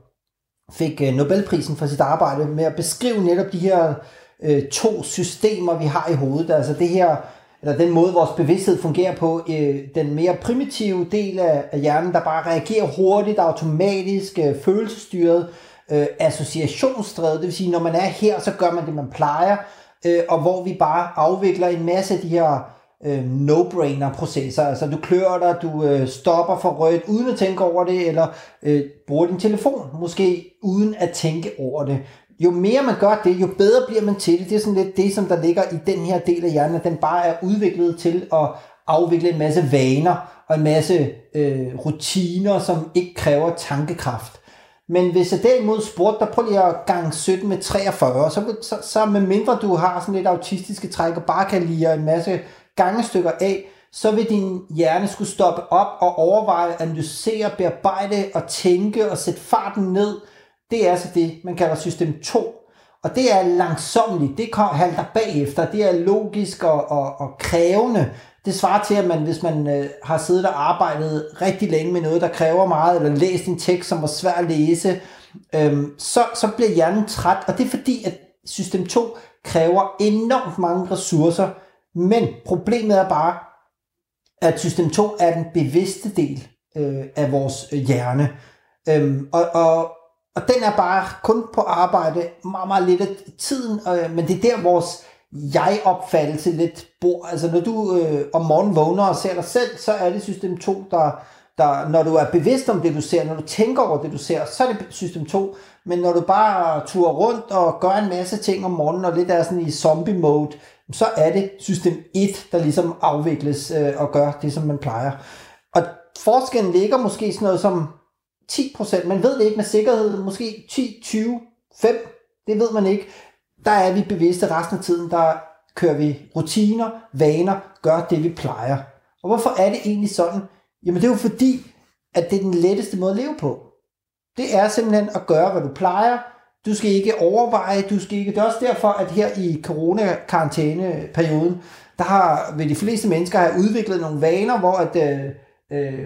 fik Nobelprisen for sit arbejde med at beskrive netop de her øh, to systemer, vi har i hovedet. Altså det her, eller den måde, vores bevidsthed fungerer på, øh, den mere primitive del af, af hjernen, der bare reagerer hurtigt, automatisk, øh, følelsesstyret, øh, associationsdrevet. Det vil sige, når man er her, så gør man det, man plejer, øh, og hvor vi bare afvikler en masse af de her øh, no-brainer-processer. Altså du klør dig, du øh, stopper for rødt uden at tænke over det, eller øh, bruger din telefon, måske uden at tænke over det. Jo mere man gør det, jo bedre bliver man til det. Det er sådan lidt det, som der ligger i den her del af hjernen, at den bare er udviklet til at afvikle en masse vaner og en masse øh, rutiner, som ikke kræver tankekraft. Men hvis jeg derimod spurgte dig, prøv lige at gange sytten med treogfyrre, så, så, så med mindre du har sådan lidt autistiske træk og bare kan lide en masse gangestykker af, så vil din hjerne skulle stoppe op og overveje, analysere, bearbejde og tænke og sætte farten ned. Det er altså det, man kalder system to. Og det er langsommeligt, det halter bagefter, det er logisk og, og, og krævende. Det svarer til, at man, hvis man øh, har siddet og arbejdet rigtig længe med noget, der kræver meget, eller læst en tekst, som var svær at læse, øhm, så, så bliver hjernen træt. Og det er fordi, at system to kræver enormt mange ressourcer. Men problemet er bare, at system to er den bevidste del øh, af vores hjerne. Øhm, og, og, og den er bare kun på arbejde meget, meget lidt af tiden, øh, men det er der, vores jeg-opfattelse lidt bor. Altså når du øh, om morgenen vågner og ser dig selv, så er det system to, der, der, når du er bevidst om det, du ser, når du tænker over det, du ser, så er det system to. Men når du bare turer rundt og gør en masse ting om morgenen, og lidt er sådan i zombie-mode, så er det system et, der ligesom afvikles øh, og gør det, som man plejer. Og forskellen ligger måske sådan noget som ti procent. Man ved det ikke med sikkerhed. Måske ti, tyve, fem. Det ved man ikke. Der er vi bevidste resten af tiden. Der kører vi rutiner, vaner, gør det, vi plejer. Og hvorfor er det egentlig sådan? Jamen det er jo fordi, at det er den letteste måde at leve på. Det er simpelthen at gøre, hvad du plejer. Du skal ikke overveje, du skal ikke... Det er også derfor, at her i corona-karantæneperioden, der har ved de fleste mennesker have udviklet nogle vaner, hvor at, øh, øh,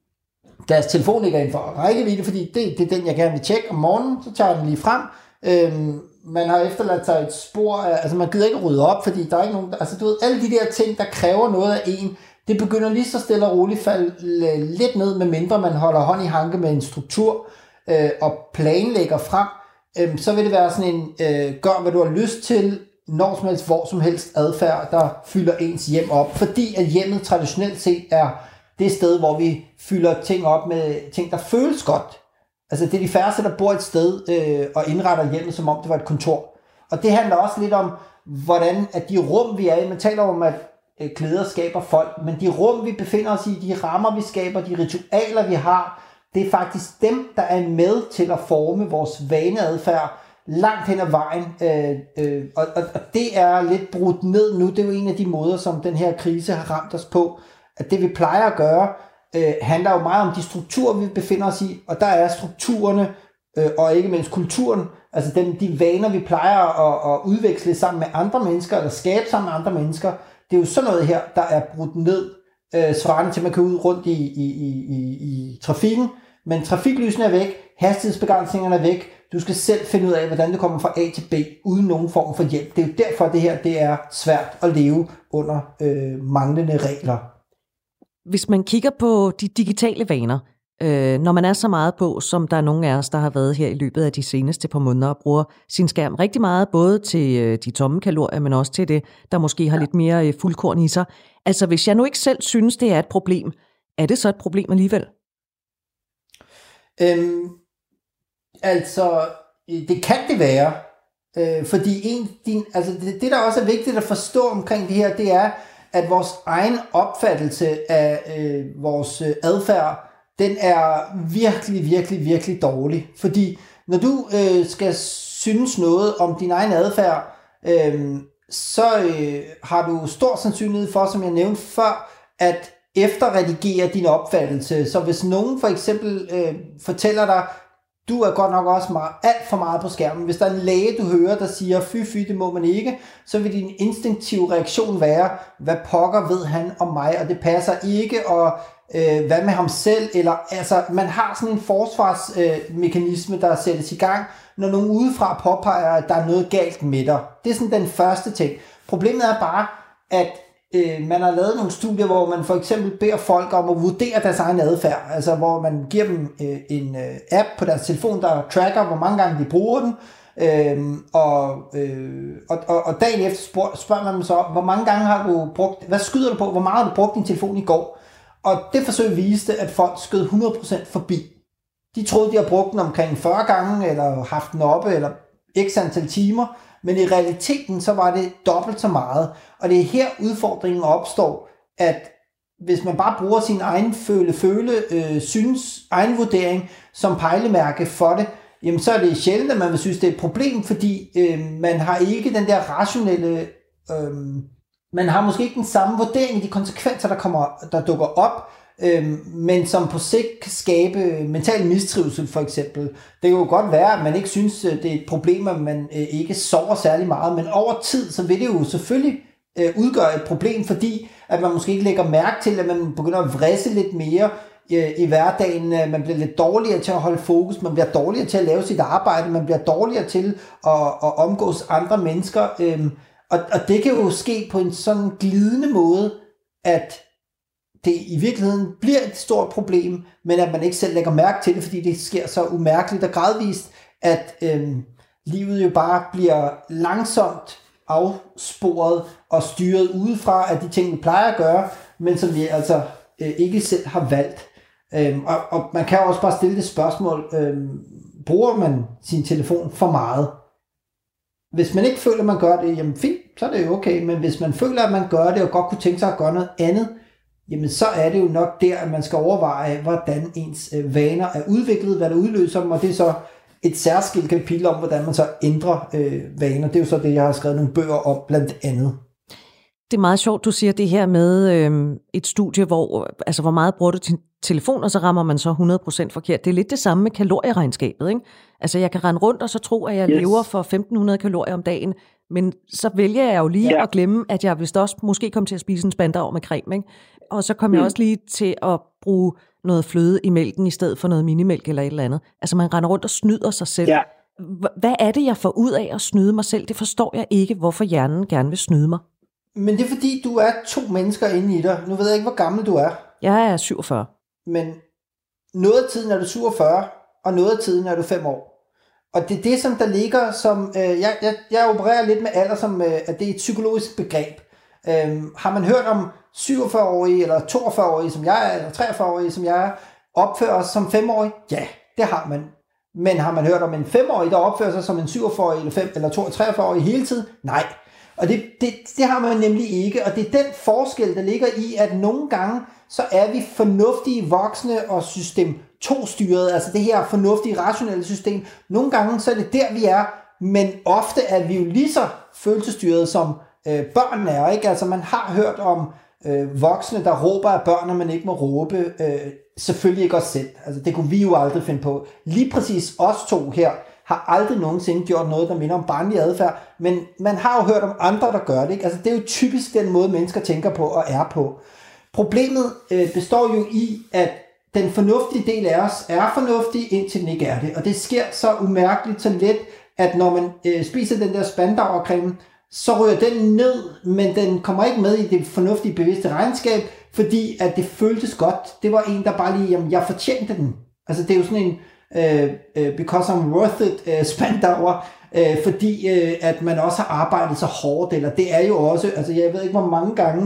deres telefon ligger inden for rækkevidde, fordi det, det er den, jeg gerne vil tjekke om morgenen, så tager jeg den lige frem. Øh, man har efterladt sig et spor af, altså man gider ikke rydde op, fordi der er ikke nogen... Altså du ved, alle de der ting, der kræver noget af en, det begynder lige så stille og roligt falde lidt ned, med mindre man holder hånd i hanke med en struktur øh, og planlægger frem. Så vil det være sådan en, øh, gør hvad du har lyst til, når som helst, hvor som helst adfærd, der fylder ens hjem op. Fordi at hjemmet traditionelt set er det sted, hvor vi fylder ting op med ting, der føles godt. Altså det er de færreste, der bor et sted øh, og indretter hjemmet, som om det var et kontor. Og det handler også lidt om, hvordan at de rum, vi er i, man taler om, at øh, klæder skaber folk, men de rum, vi befinder os i, de rammer, vi skaber, de ritualer, vi har, det er faktisk dem, der er med til at forme vores vaneadfærd langt hen ad vejen. Øh, øh, og, og, og det er lidt brudt ned nu. Det er jo en af de måder, som den her krise har ramt os på. At det, vi plejer at gøre, øh, handler jo meget om de strukturer, vi befinder os i. Og der er strukturerne, øh, og ikke mindst kulturen, altså dem, de vaner, vi plejer at, at udveksle sammen med andre mennesker, eller skabe sammen med andre mennesker. Det er jo sådan noget her, der er brudt ned, øh, svarende til, at man kan ud rundt i, i, i, i, i trafikken. Men trafiklysene er væk, hastighedsbegrænsningerne er væk. Du skal selv finde ud af, hvordan du kommer fra A til B, uden nogen form for hjælp. Det er jo derfor, det her det er svært at leve under øh, manglende regler. Hvis man kigger på de digitale vaner, øh, når man er så meget på, som der er nogle af os, der har været her i løbet af de seneste par måneder, og bruger sin skærm rigtig meget, både til øh, de tomme kalorier, men også til det, der måske har lidt mere øh, fuldkorn i sig. Altså, hvis jeg nu ikke selv synes, det er et problem, er det så et problem alligevel? Øhm, altså, det kan det være, øh, fordi en, din, altså det, det, der også er vigtigt at forstå omkring det her, det er, at vores egen opfattelse af øh, vores adfærd, den er virkelig, virkelig, virkelig dårlig. Fordi når du øh, skal synes noget om din egen adfærd, øh, så øh, har du stor sandsynlighed for, som jeg nævnte før, at efterredigere din opfattelse. Så hvis nogen for eksempel øh, fortæller dig, du er godt nok også meget, alt for meget på skærmen. Hvis der er en læge, du hører, der siger, fy fy, det må man ikke, så vil din instinktive reaktion være, hvad pokker ved han om mig, og det passer ikke, og øh, hvad med ham selv, eller altså, man har sådan en forsvarsmekanisme, øh, der sættes i gang, når nogen udefra påpeger, at der er noget galt med dig. Det er sådan den første ting. Problemet er bare, at man har lavet nogle studier, hvor man for eksempel beder folk om at vurdere deres egen adfærd, altså hvor man giver dem øh, en øh, app på deres telefon, der tracker, hvor mange gange de bruger den, øh, og, øh, og, og, og dagen efter spørger, spørger man dem så, hvor mange gange har du brugt, hvad skyder du på, hvor meget har du brugt din telefon i går? Og det forsøg viste, at folk skød hundrede procent forbi. De troede, de har brugt den omkring fyrre gange, eller haft den oppe, eller x antal timer, men i realiteten så var det dobbelt så meget. Og det er her udfordringen opstår, at hvis man bare bruger sin egen føle-føle, øh, synes, egen vurdering som pejlemærke for det, jamen så er det sjældent, at man vil synes, det er et problem, fordi øh, man har ikke den der rationelle, øh, man har måske ikke den samme vurdering af de konsekvenser, der, kommer, der dukker op, øh, men som på sigt kan skabe mental mistrivsel for eksempel. Det kan jo godt være, at man ikke synes, det er et problem, at man øh, ikke sover særlig meget, men over tid, så vil det jo selvfølgelig øh, udgøre et problem, fordi at man måske ikke lægger mærke til, at man begynder at vrisse lidt mere øh, i hverdagen. Man bliver lidt dårligere til at holde fokus, man bliver dårligere til at lave sit arbejde, man bliver dårligere til at, at omgås andre mennesker. Øh, og, og det kan jo ske på en sådan glidende måde, at det i virkeligheden bliver et stort problem, men at man ikke selv lægger mærke til det, fordi det sker så umærkeligt og gradvist, at øh, livet jo bare bliver langsomt afsporet og styret udefra af de ting, vi plejer at gøre, men som vi altså øh, ikke selv har valgt. Øhm, og, og man kan også bare stille det spørgsmål, øhm, bruger man sin telefon for meget? Hvis man ikke føler, at man gør det, jamen fint, så er det jo okay, men hvis man føler, at man gør det, og godt kunne tænke sig at gøre noget andet, jamen så er det jo nok der, at man skal overveje, hvordan ens øh, vaner er udviklet, hvad der udløser dem, og det er så et særskilt kapitel om, hvordan man så ændrer øh, vaner. Det er jo så det, jeg har skrevet nogle bøger om, blandt andet. Det er meget sjovt, du siger det her med øh, et studie, hvor, altså, hvor meget bruger du til telefon, og så rammer man så hundrede procent forkert. Det er lidt det samme med kalorieregnskabet, ikke? Altså, jeg kan rende rundt og så tro, at jeg yes. lever for femten hundrede kalorier om dagen, men så vælger jeg jo lige ja. at glemme, at jeg vist også måske kommer til at spise en spandau med creme, ikke? Og så kommer mm. jeg også lige til at bruge noget fløde i mælken, i stedet for noget minimælk eller et eller andet. Altså, man render rundt og snyder sig selv. Ja. Hvad er det, jeg får ud af at snyde mig selv? Det forstår jeg ikke, hvorfor hjernen gerne vil snyde mig. Men det er fordi, du er to mennesker inde i dig. Nu ved jeg ikke, hvor gammel du er. Jeg er syvogfyrre. Men noget af tiden er du syvogfyrre, og noget af tiden er du fem år. Og det er det, som der ligger som... Øh, jeg, jeg, jeg opererer lidt med alder, som øh, at det er et psykologisk begreb. Øh, har man hørt om syvogfyrre-årige, eller toogfyrre-årige, som jeg er, eller treogfyrre-årige, som jeg er, opfører sig som femårige? Ja, det har man. Men har man hørt om en femårig, der opfører sig som en syvogfyrre-årig, eller, fem, eller treogfyrre-årig hele tiden? Nej. Og det, det, det har man nemlig ikke, og det er den forskel, der ligger i, at nogle gange, så er vi fornuftige voksne og system to-styret, altså det her fornuftige, rationelle system. Nogle gange, så er det der, vi er, men ofte er vi jo lige så følelsesstyret, som øh, børnene er, ikke? Altså man har hørt om øh, voksne, der råber af børn, når man ikke må råbe, øh, selvfølgelig ikke os selv. Altså det kunne vi jo aldrig finde på. Lige præcis os to her, har aldrig nogensinde gjort noget, der minder om barnlig adfærd, men man har jo hørt om andre, der gør det, ikke? Altså det er jo typisk den måde, mennesker tænker på og er på. Problemet øh, består jo i, at den fornuftige del af os er fornuftig, indtil den ikke er det. Og det sker så umærkeligt, så let, at når man øh, spiser den der spandauercreme, så rører den ned, men den kommer ikke med i det fornuftige, bevidste regnskab, fordi at det føltes godt. Det var en, der bare lige, jamen jeg fortjente den. Altså det er jo sådan en, Uh, uh, because I'm worth it, uh, spandauer, uh, fordi uh, at man også har arbejdet så hårdt, eller det er jo også, altså jeg ved ikke, hvor mange gange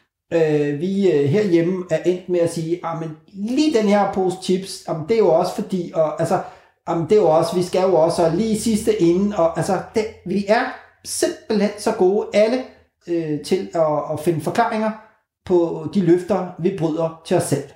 uh, vi uh, herhjemme er endt med at sige, ah, men lige den her pose chips, um, det er jo også fordi, og altså, um, det er jo også, vi skal jo også, og lige sidste inden, og altså, det, vi er simpelthen så gode, alle, uh, til at, at finde forklaringer på de løfter, vi bryder til os selv.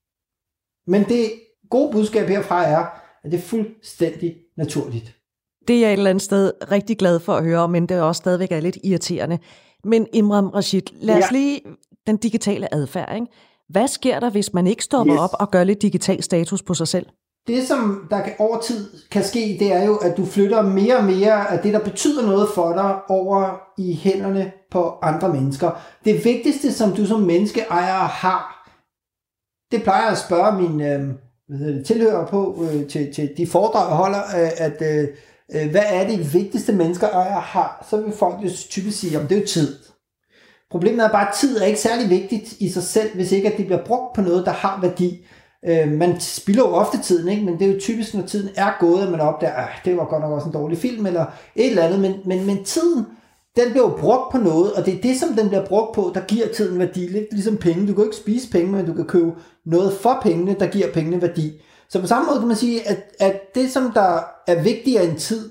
Men det gode budskab herfra er, at det er fuldstændig naturligt. Det er jeg et eller andet sted rigtig glad for at høre, men det er også stadigvæk er lidt irriterende. Men Imran Rashid, lad os ja. lige den digitale adfærd, ikke? Hvad sker der, hvis man ikke stopper yes. op og gør lidt digital status på sig selv? Det, som der kan, over tid kan ske, det er jo, at du flytter mere og mere af det, der betyder noget for dig, over i hænderne på andre mennesker. Det vigtigste, som du som menneskeejer har, det plejer jeg at spørge mine øh, tilhører på øh, til, til de foredrag, jeg holder, øh, at øh, hvad er det vigtigste menneskeejer har, så vil folk jo typisk sige, at det er jo tid. Problemet er bare, at tid er ikke særlig vigtigt i sig selv, hvis ikke at det bliver brugt på noget, der har værdi. Øh, man spilder jo ofte tiden, ikke? Men det er jo typisk, når tiden er gået, at man opdager, at det var godt nok også en dårlig film, eller et eller andet, men, men, men tiden, den bliver jo brugt på noget, og det er det, som den bliver brugt på, der giver tiden værdi. Lidt ligesom penge. Du kan jo ikke spise penge, men du kan købe noget for pengene, der giver pengene værdi. Så på samme måde kan man sige, at, at det, som der er vigtigere end tid,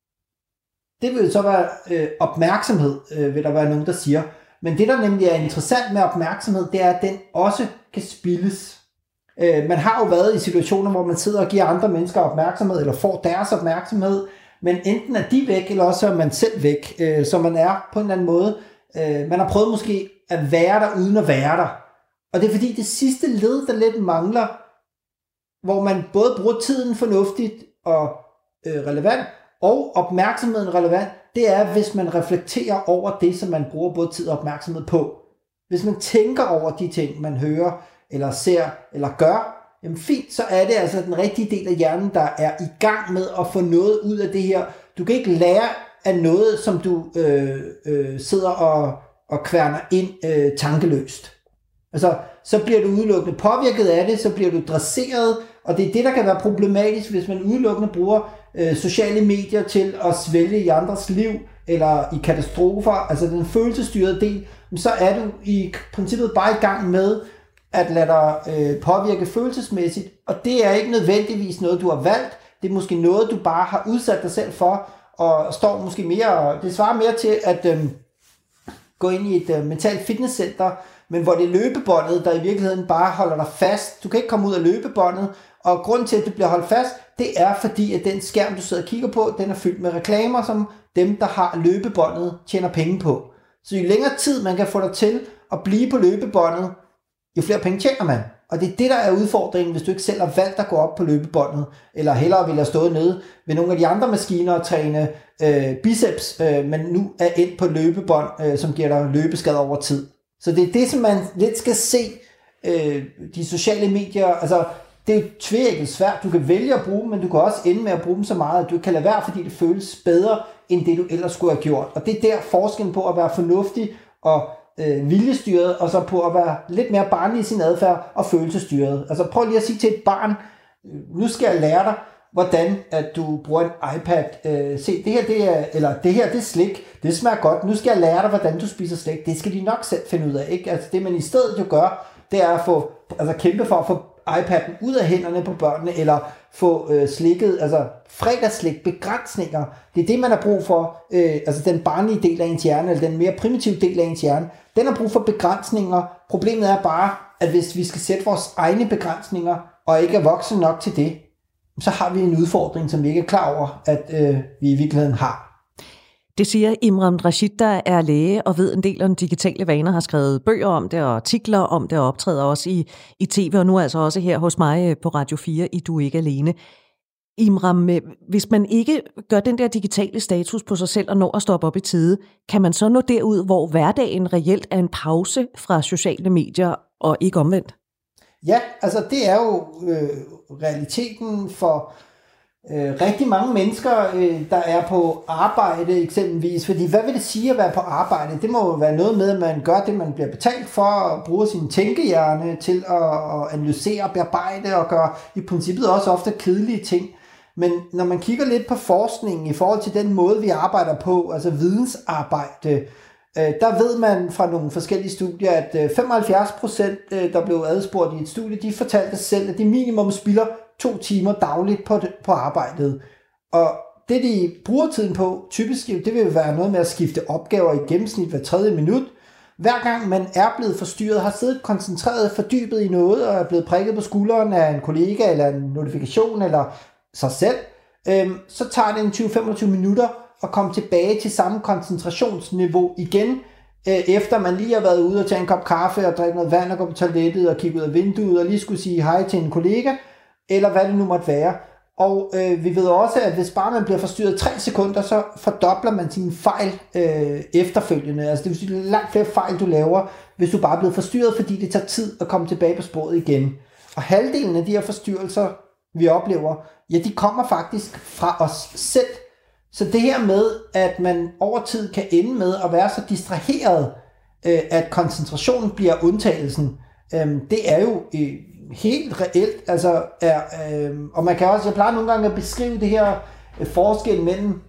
det vil så være øh, opmærksomhed, øh, vil der være nogen, der siger. Men det, der nemlig er interessant med opmærksomhed, det er, at den også kan spildes. Øh, man har jo været i situationer, hvor man sidder og giver andre mennesker opmærksomhed, eller får deres opmærksomhed, men enten er de væk, eller også er man selv væk, øh, så man er på en eller anden måde. Øh, man har prøvet måske at være der, uden at være der. Og det er fordi det sidste led, der lidt mangler, hvor man både bruger tiden fornuftigt og øh, relevant, og opmærksomheden relevant, det er, hvis man reflekterer over det, som man bruger både tid og opmærksomhed på. Hvis man tænker over de ting, man hører, eller ser, eller gør, jamen fint, så er det altså den rigtige del af hjernen, der er i gang med at få noget ud af det her. Du kan ikke lære af noget, som du øh, øh, sidder og, og kværner ind øh, tankeløst. Altså, så bliver du udelukkende påvirket af det, så bliver du dresseret, og det er det, der kan være problematisk, hvis man udelukkende bruger øh, sociale medier til at svælge i andres liv, eller i katastrofer, altså den følelsesstyrede del, så er du i princippet bare i gang med at lade dig øh, påvirke følelsesmæssigt, og det er ikke nødvendigvis noget, du har valgt, det er måske noget, du bare har udsat dig selv for, og står måske mere, det svarer mere til at øh, gå ind i et øh, mentalt fitnesscenter, men hvor det er løbebåndet, der i virkeligheden bare holder dig fast. Du kan ikke komme ud af løbebåndet, og grunden til, at du bliver holdt fast, det er fordi, at den skærm, du sidder og kigger på, den er fyldt med reklamer, som dem, der har løbebåndet, tjener penge på. Så jo længere tid man kan få dig til at blive på løbebåndet, jo flere penge tjener man. Og det er det, der er udfordringen, hvis du ikke selv har valgt at gå op på løbebåndet, eller hellere vil have stået nede ved nogle af de andre maskiner og træne øh, biceps, øh, men nu er endt på løbebånd, øh, som giver dig løbeskader over tid. Så det er det, som man lidt skal se, øh, de sociale medier, altså det er tvækket svært, du kan vælge at bruge dem, men du kan også ende med at bruge dem så meget, at du kan lade være, fordi det føles bedre, end det du ellers skulle have gjort. Og det er der forskellen på at være fornuftig og øh, viljestyret, og så på at være lidt mere barnlig i sin adfærd og følelsesstyret. Altså prøv lige at sige til et barn, nu skal jeg lære dig, hvordan at du bruger en iPad. Øh, se, det her, det er, eller det her, det er slik. Det smager godt. Nu skal jeg lære dig, hvordan du spiser slik. Det skal de nok selv finde ud af, ikke? Altså det, man i stedet jo gør, det er at få, altså kæmpe for at få iPad'en ud af hænderne på børnene, eller få øh, slikket, altså fredagsslik, begrænsninger. Det er det, man har brug for. Øh, altså den barnlige del af ens hjerne, eller den mere primitive del af ens hjerne, den har brug for begrænsninger. Problemet er bare, at hvis vi skal sætte vores egne begrænsninger, og ikke er voksne nok til det, så har vi en udfordring, som vi ikke er klar over, at øh, vi i virkeligheden har. Det siger Imran Rashid, der er læge og ved en del om digitale vaner, har skrevet bøger om det og artikler om det og optræder også i, i tv, og nu altså også her hos mig på Radio fire i Du er ikke alene. Imran, hvis man ikke gør den der digitale status på sig selv og når at stoppe op i tide, kan man så nå derud, hvor hverdagen reelt er en pause fra sociale medier og ikke omvendt? Ja, altså det er jo øh, realiteten for øh, rigtig mange mennesker, øh, der er på arbejde eksempelvis. Fordi hvad vil det sige at være på arbejde? Det må jo være noget med, at man gør det, man bliver betalt for, og bruger sin tænkehjerne til at, at analysere, bearbejde og gøre i princippet også ofte kedelige ting. Men når man kigger lidt på forskningen i forhold til den måde, vi arbejder på, altså vidensarbejde, der ved man fra nogle forskellige studier, at femoghalvfjerds procent, der blev adspurgt i et studie, de fortalte selv, at de minimum spilder to timer dagligt på, på arbejdet. Og det, de bruger tiden på, typisk, det vil være noget med at skifte opgaver i gennemsnit hver tredje minut. Hver gang man er blevet forstyrret, har siddet koncentreret, fordybet i noget, og er blevet prikket på skulderen af en kollega, eller en notifikation, eller sig selv, så tager det en tyve til femogtyve minutter at komme tilbage til samme koncentrationsniveau igen, efter man lige har været ude og tage en kop kaffe og drikke noget vand og gå på toilettet og kigge ud af vinduet og lige skulle sige hej til en kollega, eller hvad det nu måtte være. Og øh, vi ved også, at hvis bare man bliver forstyrret tre sekunder, så fordobler man sine fejl øh, efterfølgende. Altså det vil sige, langt flere fejl du laver, hvis du bare er blevet forstyrret, fordi det tager tid at komme tilbage på sporet igen. Og halvdelen af de her forstyrrelser, vi oplever, ja, de kommer faktisk fra os selv. Så det her med, at man over tid kan ende med at være så distraheret, øh, at koncentrationen bliver undtagelsen, øh, det er jo øh, helt reelt. Altså, er, øh, og man kan også, jeg plejer nogle gange at beskrive det her øh, forskel mellem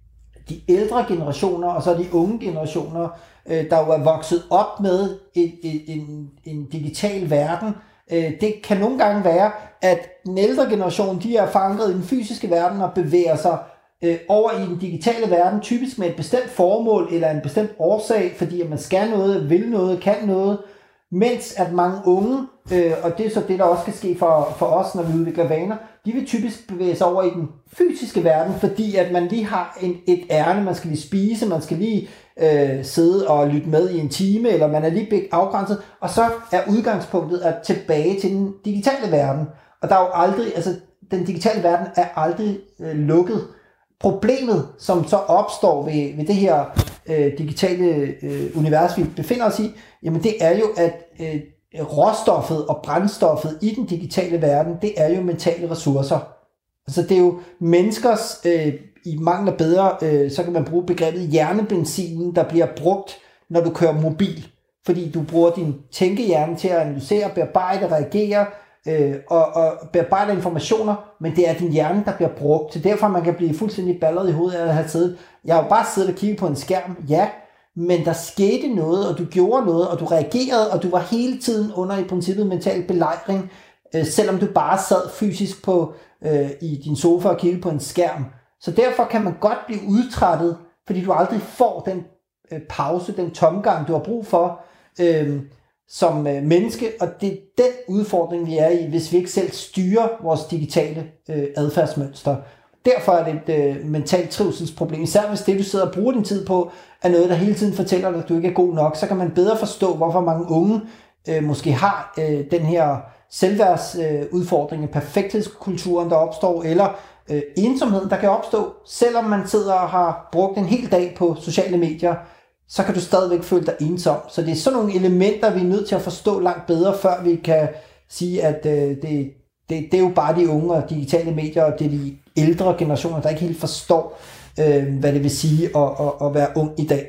de ældre generationer og så de unge generationer, øh, der jo er vokset op med en, en, en digital verden. Øh, det kan nogle gange være, at den ældre generation, de er forankret i den fysiske verden og bevæger sig øh, over i den digitale verden, typisk med et bestemt formål eller en bestemt årsag, fordi at man skal noget, vil noget, kan noget, mens at mange unge, øh, og det er så det, der også kan ske for, for os, når vi udvikler vaner, de vil typisk bevæge sig over i den fysiske verden, fordi at man lige har en, et ærne, man skal lige spise, man skal lige øh, sidde og lytte med i en time, eller man er lige afgrænset, og så er udgangspunktet at tilbage til den digitale verden. Og der er jo aldrig, altså den digitale verden er aldrig øh, lukket. Problemet, som så opstår ved, ved det her øh, digitale øh, univers, vi befinder os i, jamen det er jo, at øh, råstoffet og brændstoffet i den digitale verden, det er jo mentale ressourcer. Altså det er jo menneskers, øh, i mangel af bedre, øh, så kan man bruge begrebet hjernebenzinen, der bliver brugt, når du kører mobil. fordi du bruger din tænkehjerne til at analysere, bearbejde, reagere øh, og, og bearbejde informationer, men det er din hjerne, der bliver brugt. Så derfor man kan blive fuldstændig balleret i hovedet af at have siddet. Jeg har jo bare siddet og kigget på en skærm, ja, men der skete noget, og du gjorde noget, og du reagerede, og du var hele tiden under i princippet mental belejring, øh, selvom du bare sad fysisk på øh, i din sofa og kiggede på en skærm. Så derfor kan man godt blive udtrættet, fordi du aldrig får den øh, pause, den tomgang, du har brug for øh, som øh, menneske, og det er den udfordring, vi er i, hvis vi ikke selv styrer vores digitale øh, adfærdsmønster. Derfor er det et øh, mentalt trivselsproblem, især hvis det, du sidder og bruger din tid på, er noget, der hele tiden fortæller dig, at du ikke er god nok, så kan man bedre forstå, hvorfor mange unge øh, måske har øh, den her selvværdsudfordring, øh, perfekthedskulturen, der opstår, eller øh, ensomheden, der kan opstå, selvom man sidder og har brugt en hel dag på sociale medier, så kan du stadigvæk føle dig ensom. Så det er sådan nogle elementer, vi er nødt til at forstå langt bedre, før vi kan sige, at øh, det, det, det er jo bare de unge og digitale medier, og det er de ældre generationer, der ikke helt forstår, øh, hvad det vil sige at, at, at være ung i dag.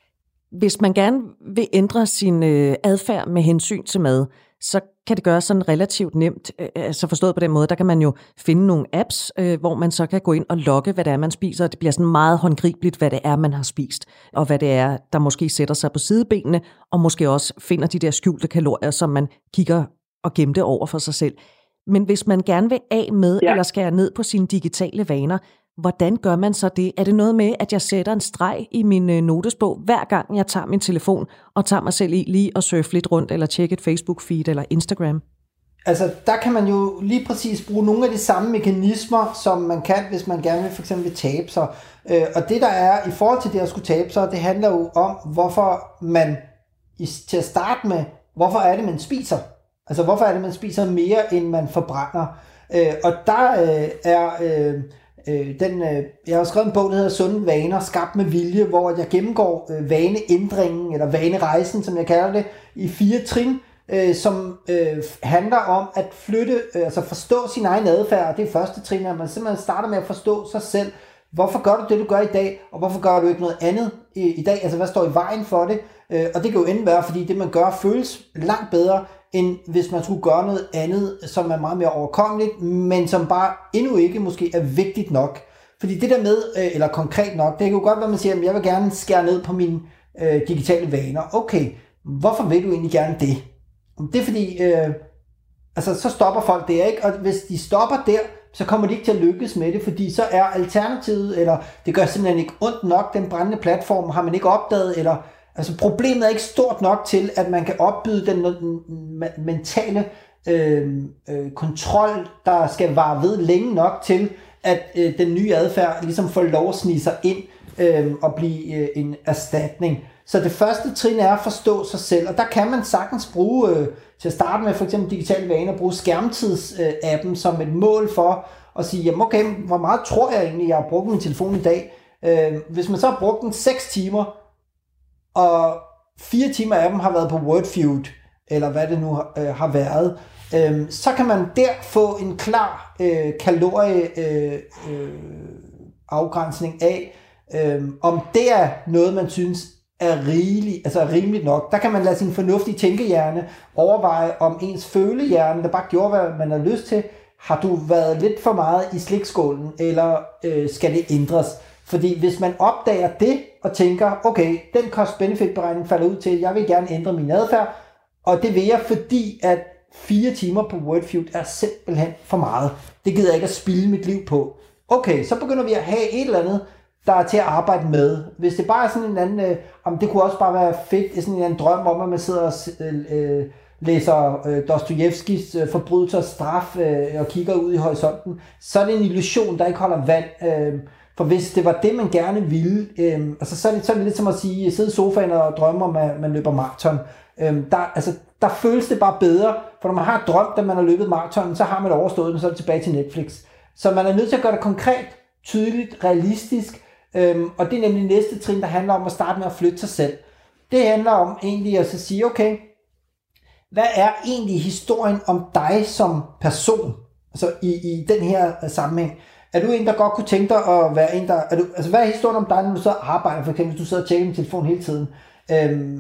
Hvis man gerne vil ændre sin øh, adfærd med hensyn til mad, så kan det gøres sådan relativt nemt. Altså forstået på den måde, der kan man jo finde nogle apps, øh, hvor man så kan gå ind og logge, hvad det er, man spiser, og det bliver sådan meget håndgribeligt, hvad det er, man har spist, og hvad det er, der måske sætter sig på sidebenene, og måske også finder de der skjulte kalorier, som man kigger og gemte over for sig selv. Men hvis man gerne vil af med, ja. eller skære ned på sine digitale vaner, hvordan gør man så det? Er det noget med, at jeg sætter en streg i min øh, notesbog, hver gang jeg tager min telefon, og tager mig selv i lige og surfe lidt rundt, eller tjekke et Facebook-feed eller Instagram? Altså, der kan man jo lige præcis bruge nogle af de samme mekanismer, som man kan, hvis man gerne vil for eksempel tabe sig. Øh, og det, der er i forhold til det at skulle tabe sig, det handler jo om, hvorfor man, til at starte med, hvorfor er det, man spiser? Altså, hvorfor er det, man spiser mere, end man forbrænder? Øh, og der øh, er... Øh, Øh, den, øh, jeg har skrevet en bog, der hedder Sunde Vaner, skabt med vilje, hvor jeg gennemgår øh, vaneændringen, eller vanerejsen, som jeg kalder det, i fire trin, øh, som øh, handler om at flytte, øh, altså forstå sin egen adfærd. Det er første trin, at man simpelthen starter med at forstå sig selv. Hvorfor gør du det, du gør i dag, og hvorfor gør du ikke noget andet i, i dag? Altså, hvad står i vejen for det? Øh, og det kan jo enten være, fordi det, man gør, føles langt bedre, end hvis man skulle gøre noget andet, som er meget mere overkommeligt, men som bare endnu ikke måske er vigtigt nok. Fordi det der med, eller konkret nok, det kan jo godt være, at man siger, at jeg vil gerne skære ned på mine øh, digitale vaner. Okay, hvorfor vil du egentlig gerne det? Det er fordi, øh, altså så stopper folk der, ikke? Og hvis de stopper der, så kommer de ikke til at lykkes med det, fordi så er alternativet, eller det gør simpelthen ikke ondt nok, den brændende platform har man ikke opdaget, eller altså problemet er ikke stort nok til, at man kan opbyde den mentale øh, øh, kontrol, der skal vare ved længe nok til, at øh, den nye adfærd ligesom får lov at snige sig ind øh, og blive øh, en erstatning. Så det første trin er at forstå sig selv, og der kan man sagtens bruge, øh, til at starte med for eksempel digitale vaner, bruge skærmtids-appen øh, som et mål for at sige, jamen okay, hvor meget tror jeg egentlig, jeg har brugt min telefon i dag? Øh, hvis man så har brugt den seks timer, og fire timer af dem har været på Wordfeud, eller hvad det nu øh, har været, øh, så kan man der få en klar øh, kalorieafgrænsning øh, øh, af, øh, om det er noget, man synes er rigeligt, altså rimeligt nok. Der kan man lade sin fornuftige tænkehjerne overveje, om ens følehjerne, der bare gjorde, hvad man har lyst til, har du været lidt for meget i slikskålen, eller øh, skal det ændres? Fordi hvis man opdager det, og tænker, okay, den cost-benefit-beregning falder ud til, at jeg vil gerne ændre min adfærd, og det vil jeg, fordi at fire timer på Wordfeud er simpelthen for meget. Det gider jeg ikke at spilde mit liv på. Okay, så begynder vi at have et eller andet, der er til at arbejde med. Hvis det bare er sådan en anden, øh, om det kunne også bare være fedt, sådan en anden drøm om, at man sidder og øh, læser øh, Dostojevskis øh, Forbrydelse og straf øh, og kigger ud i horisonten, så er det en illusion, der ikke holder vand. Øh, For hvis det var det, man gerne ville, øh, altså så, er det, så er det lidt som at sige, sidde i sofaen og drømme om, at man løber maraton. Øh, der, altså, der føles det bare bedre, for når man har drømt, at man har løbet maraton, så har man overstået den, så er det tilbage til Netflix. Så man er nødt til at gøre det konkret, tydeligt, realistisk, øh, og det er nemlig næste trin, der handler om at starte med at flytte sig selv. Det handler om egentlig at så sige, okay, hvad er egentlig historien om dig som person, altså i, i den her sammenhæng? Er du en, der godt kunne tænke dig at være en, der... Er du, altså, hvad er historien om dig, når du så arbejder, for eksempel, hvis du sidder og tjekker din telefon hele tiden? Øhm,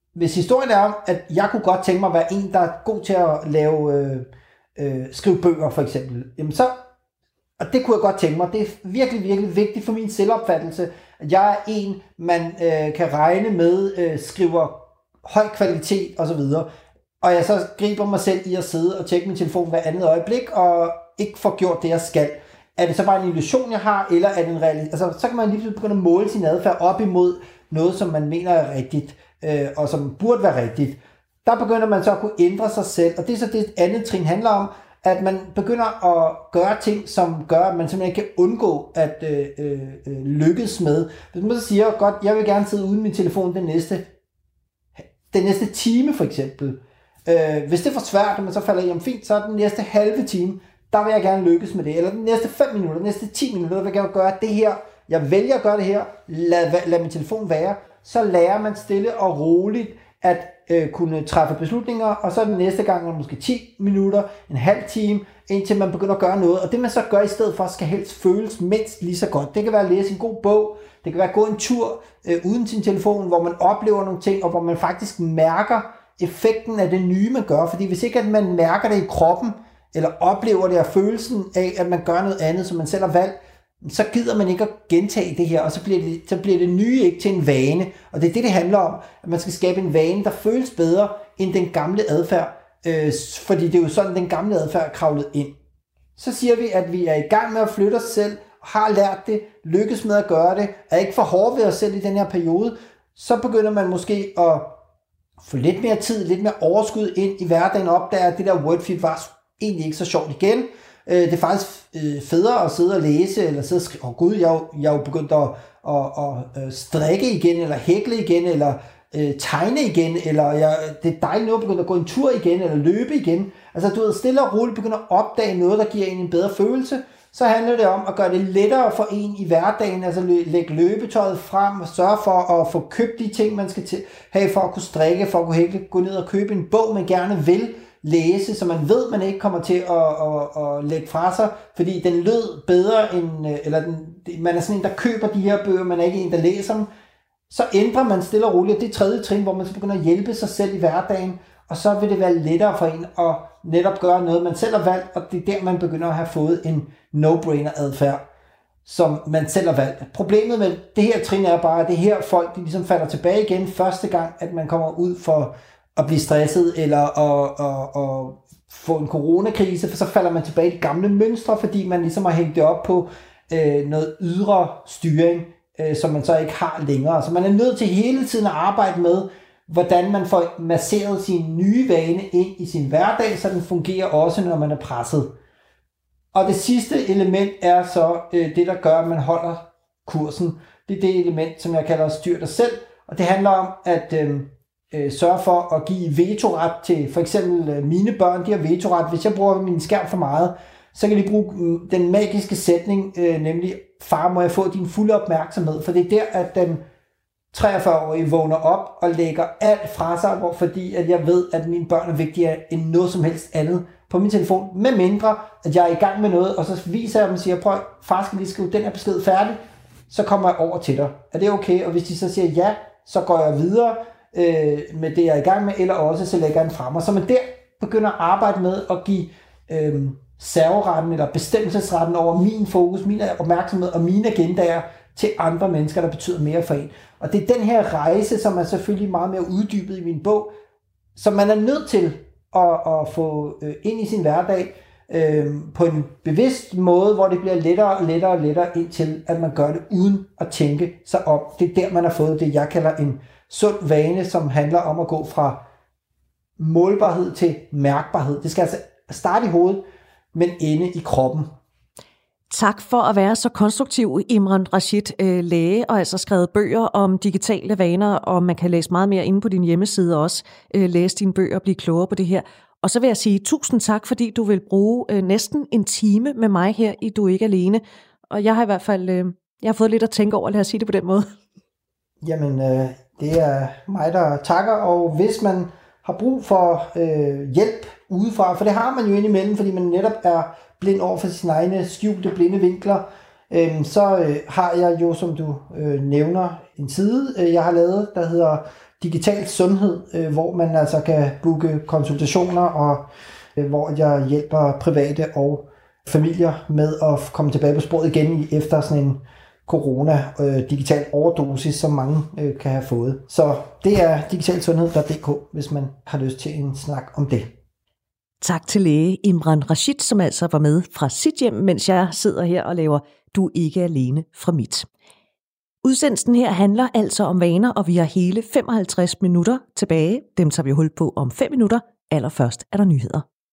hvis historien er om, at jeg kunne godt tænke mig at være en, der er god til at lave, øh, øh, skrive bøger for eksempel, jamen så, og det kunne jeg godt tænke mig, det er virkelig, virkelig vigtigt for min selvopfattelse, at jeg er en, man øh, kan regne med, øh, skriver høj kvalitet osv., og jeg så griber mig selv i at sidde og tjekke min telefon hver andet øjeblik, og ikke får gjort det, jeg skal. Er det så bare en illusion, jeg har, eller er det en realitet? Altså, så kan man lige begynde at måle sin adfærd op imod noget, som man mener er rigtigt, øh, og som burde være rigtigt. Der begynder man så at kunne ændre sig selv, og det er så det andet trin handler om, at man begynder at gøre ting, som gør, at man simpelthen ikke kan undgå at øh, øh, lykkes med. Hvis man så siger, godt, jeg vil gerne sidde uden min telefon den næste, den næste time for eksempel. Øh, hvis det er for svært, og man så falder hjem fint, så er den næste halve time, der vil jeg gerne lykkes med det. Eller den næste fem minutter, den næste ti minutter, der vil jeg gerne gøre det her. Jeg vælger at gøre det her. Lad, lad min telefon være. Så lærer man stille og roligt at øh, kunne træffe beslutninger, og så den næste gang er måske ti minutter, en halv time, indtil man begynder at gøre noget. Og det man så gør i stedet for, skal helst føles mindst lige så godt. Det kan være at læse en god bog, det kan være at gå en tur øh, uden sin telefon, hvor man oplever nogle ting, og hvor man faktisk mærker effekten af det nye, man gør. Fordi hvis ikke at man mærker det i kroppen, eller oplever det af følelsen af, at man gør noget andet, som man selv har valgt, så gider man ikke at gentage det her, og så bliver det, så bliver det nye ikke til en vane. Og det er det, det handler om, at man skal skabe en vane, der føles bedre end den gamle adfærd, øh, fordi det er jo sådan, den gamle adfærd er kravlet ind. Så siger vi, at vi er i gang med at flytte os selv, har lært det, lykkes med at gøre det, er ikke for hårde ved os selv i den her periode, så begynder man måske at få lidt mere tid, lidt mere overskud ind i hverdagen, og opdager, at det der Wordfeed var egentlig ikke så sjovt igen. Det er faktisk federe at sidde og læse, eller sidde og skrive, åh oh, gud, jeg er, jo, jeg er jo begyndt at, at, at, at strikke igen, eller hækle igen, eller uh, tegne igen, eller jeg, det er dejligt nu at begynde at gå en tur igen, eller løbe igen. Altså du ved, stille og roligt begynder at opdage noget, der giver en en bedre følelse. Så handler det om at gøre det lettere for en i hverdagen, altså lægge løbetøjet frem og sørge for at få købt de ting, man skal have for at kunne strikke, for at kunne hækle, gå ned og købe en bog, man gerne vil læse, så man ved, man ikke kommer til at, at, at lægge fra sig, fordi den lød bedre end, eller den, man er sådan en, der køber de her bøger, man er ikke en, der læser dem. Så ændrer man stille og roligt, og det er tredje trin, hvor man så begynder at hjælpe sig selv i hverdagen, og så vil det være lettere for en at netop gøre noget, man selv har valgt, og det er der, man begynder at have fået en no-brainer adfærd, som man selv har valgt. Problemet med det her trin er bare, at det her folk, de ligesom falder tilbage igen første gang, at man kommer ud for at blive stresset, eller at, at, at få en coronakrise, for så falder man tilbage i de gamle mønstre, fordi man ligesom har hængt det op på øh, noget ydre styring, øh, som man så ikke har længere. Så man er nødt til hele tiden at arbejde med, hvordan man får masseret sin nye vane ind i sin hverdag, så den fungerer også, når man er presset. Og det sidste element er så øh, det, der gør, at man holder kursen. Det er det element, som jeg kalder styr dig selv, og det handler om at øh, øh, sørge for at give vetoret til for eksempel øh, mine børn. De har vetoret. Hvis jeg bruger min skærm for meget, så kan de bruge øh, den magiske sætning, øh, nemlig, far, må jeg få din fulde opmærksomhed, for det er der, at den treogfyrre-årige vågner op og lægger alt fra sig, hvor, fordi at jeg ved, at mine børn er vigtigere end noget som helst andet på min telefon, med mindre, at jeg er i gang med noget, og så viser jeg dem og siger, prøv, far skal lige skrive den her besked færdig, så kommer jeg over til dig. Er det okay? Og hvis de så siger ja, så går jeg videre øh, med det, jeg er i gang med, eller også så lægger jeg den frem. Og så man der begynder at arbejde med at give øh, serveretten eller bestemmelsesretten over min fokus, min opmærksomhed og mine agendaer til andre mennesker, der betyder mere for en. Og det er den her rejse, som er selvfølgelig meget mere uddybet i min bog, som man er nødt til at, at få øh, ind i sin hverdag øh, på en bevidst måde, hvor det bliver lettere og lettere og lettere indtil, at man gør det uden at tænke sig om. Det er der, man har fået det, jeg kalder en sund vane, som handler om at gå fra målbarhed til mærkbarhed. Det skal altså starte i hovedet, men ende i kroppen. Tak for at være så konstruktiv, Imran Rashid, øh, læge, og altså skrevet bøger om digitale vaner, og man kan læse meget mere inde på din hjemmeside også, øh, læse dine bøger og blive klogere på det her. Og så vil jeg sige tusind tak, fordi du vil bruge øh, næsten en time med mig her i Du er ikke alene. Og jeg har i hvert fald øh, jeg har fået lidt at tænke over, lad os sige det på den måde. Jamen, øh, det er mig, der takker, og hvis man har brug for øh, hjælp udefra, for det har man jo indimellem, fordi man netop er blind over for sine egne skjulte blinde vinkler, øh, så øh, har jeg jo, som du øh, nævner, en side, øh, jeg har lavet, der hedder digital sundhed, øh, hvor man altså kan booke konsultationer, og øh, hvor jeg hjælper private og familier med at komme tilbage på sporet igen efter sådan en corona-digital øh, overdosis, som mange øh, kan have fået. Så det er digital sundhed punktum d k, hvis man har lyst til en snak om det. Tak til læge Imran Rashid, som altså var med fra sit hjem, mens jeg sidder her og laver Du ikke alene fra mit. Udsendelsen her handler altså om vaner, og vi har hele femoghalvtreds minutter tilbage. Dem tager vi hul på om fem minutter. Allerførst er der nyheder.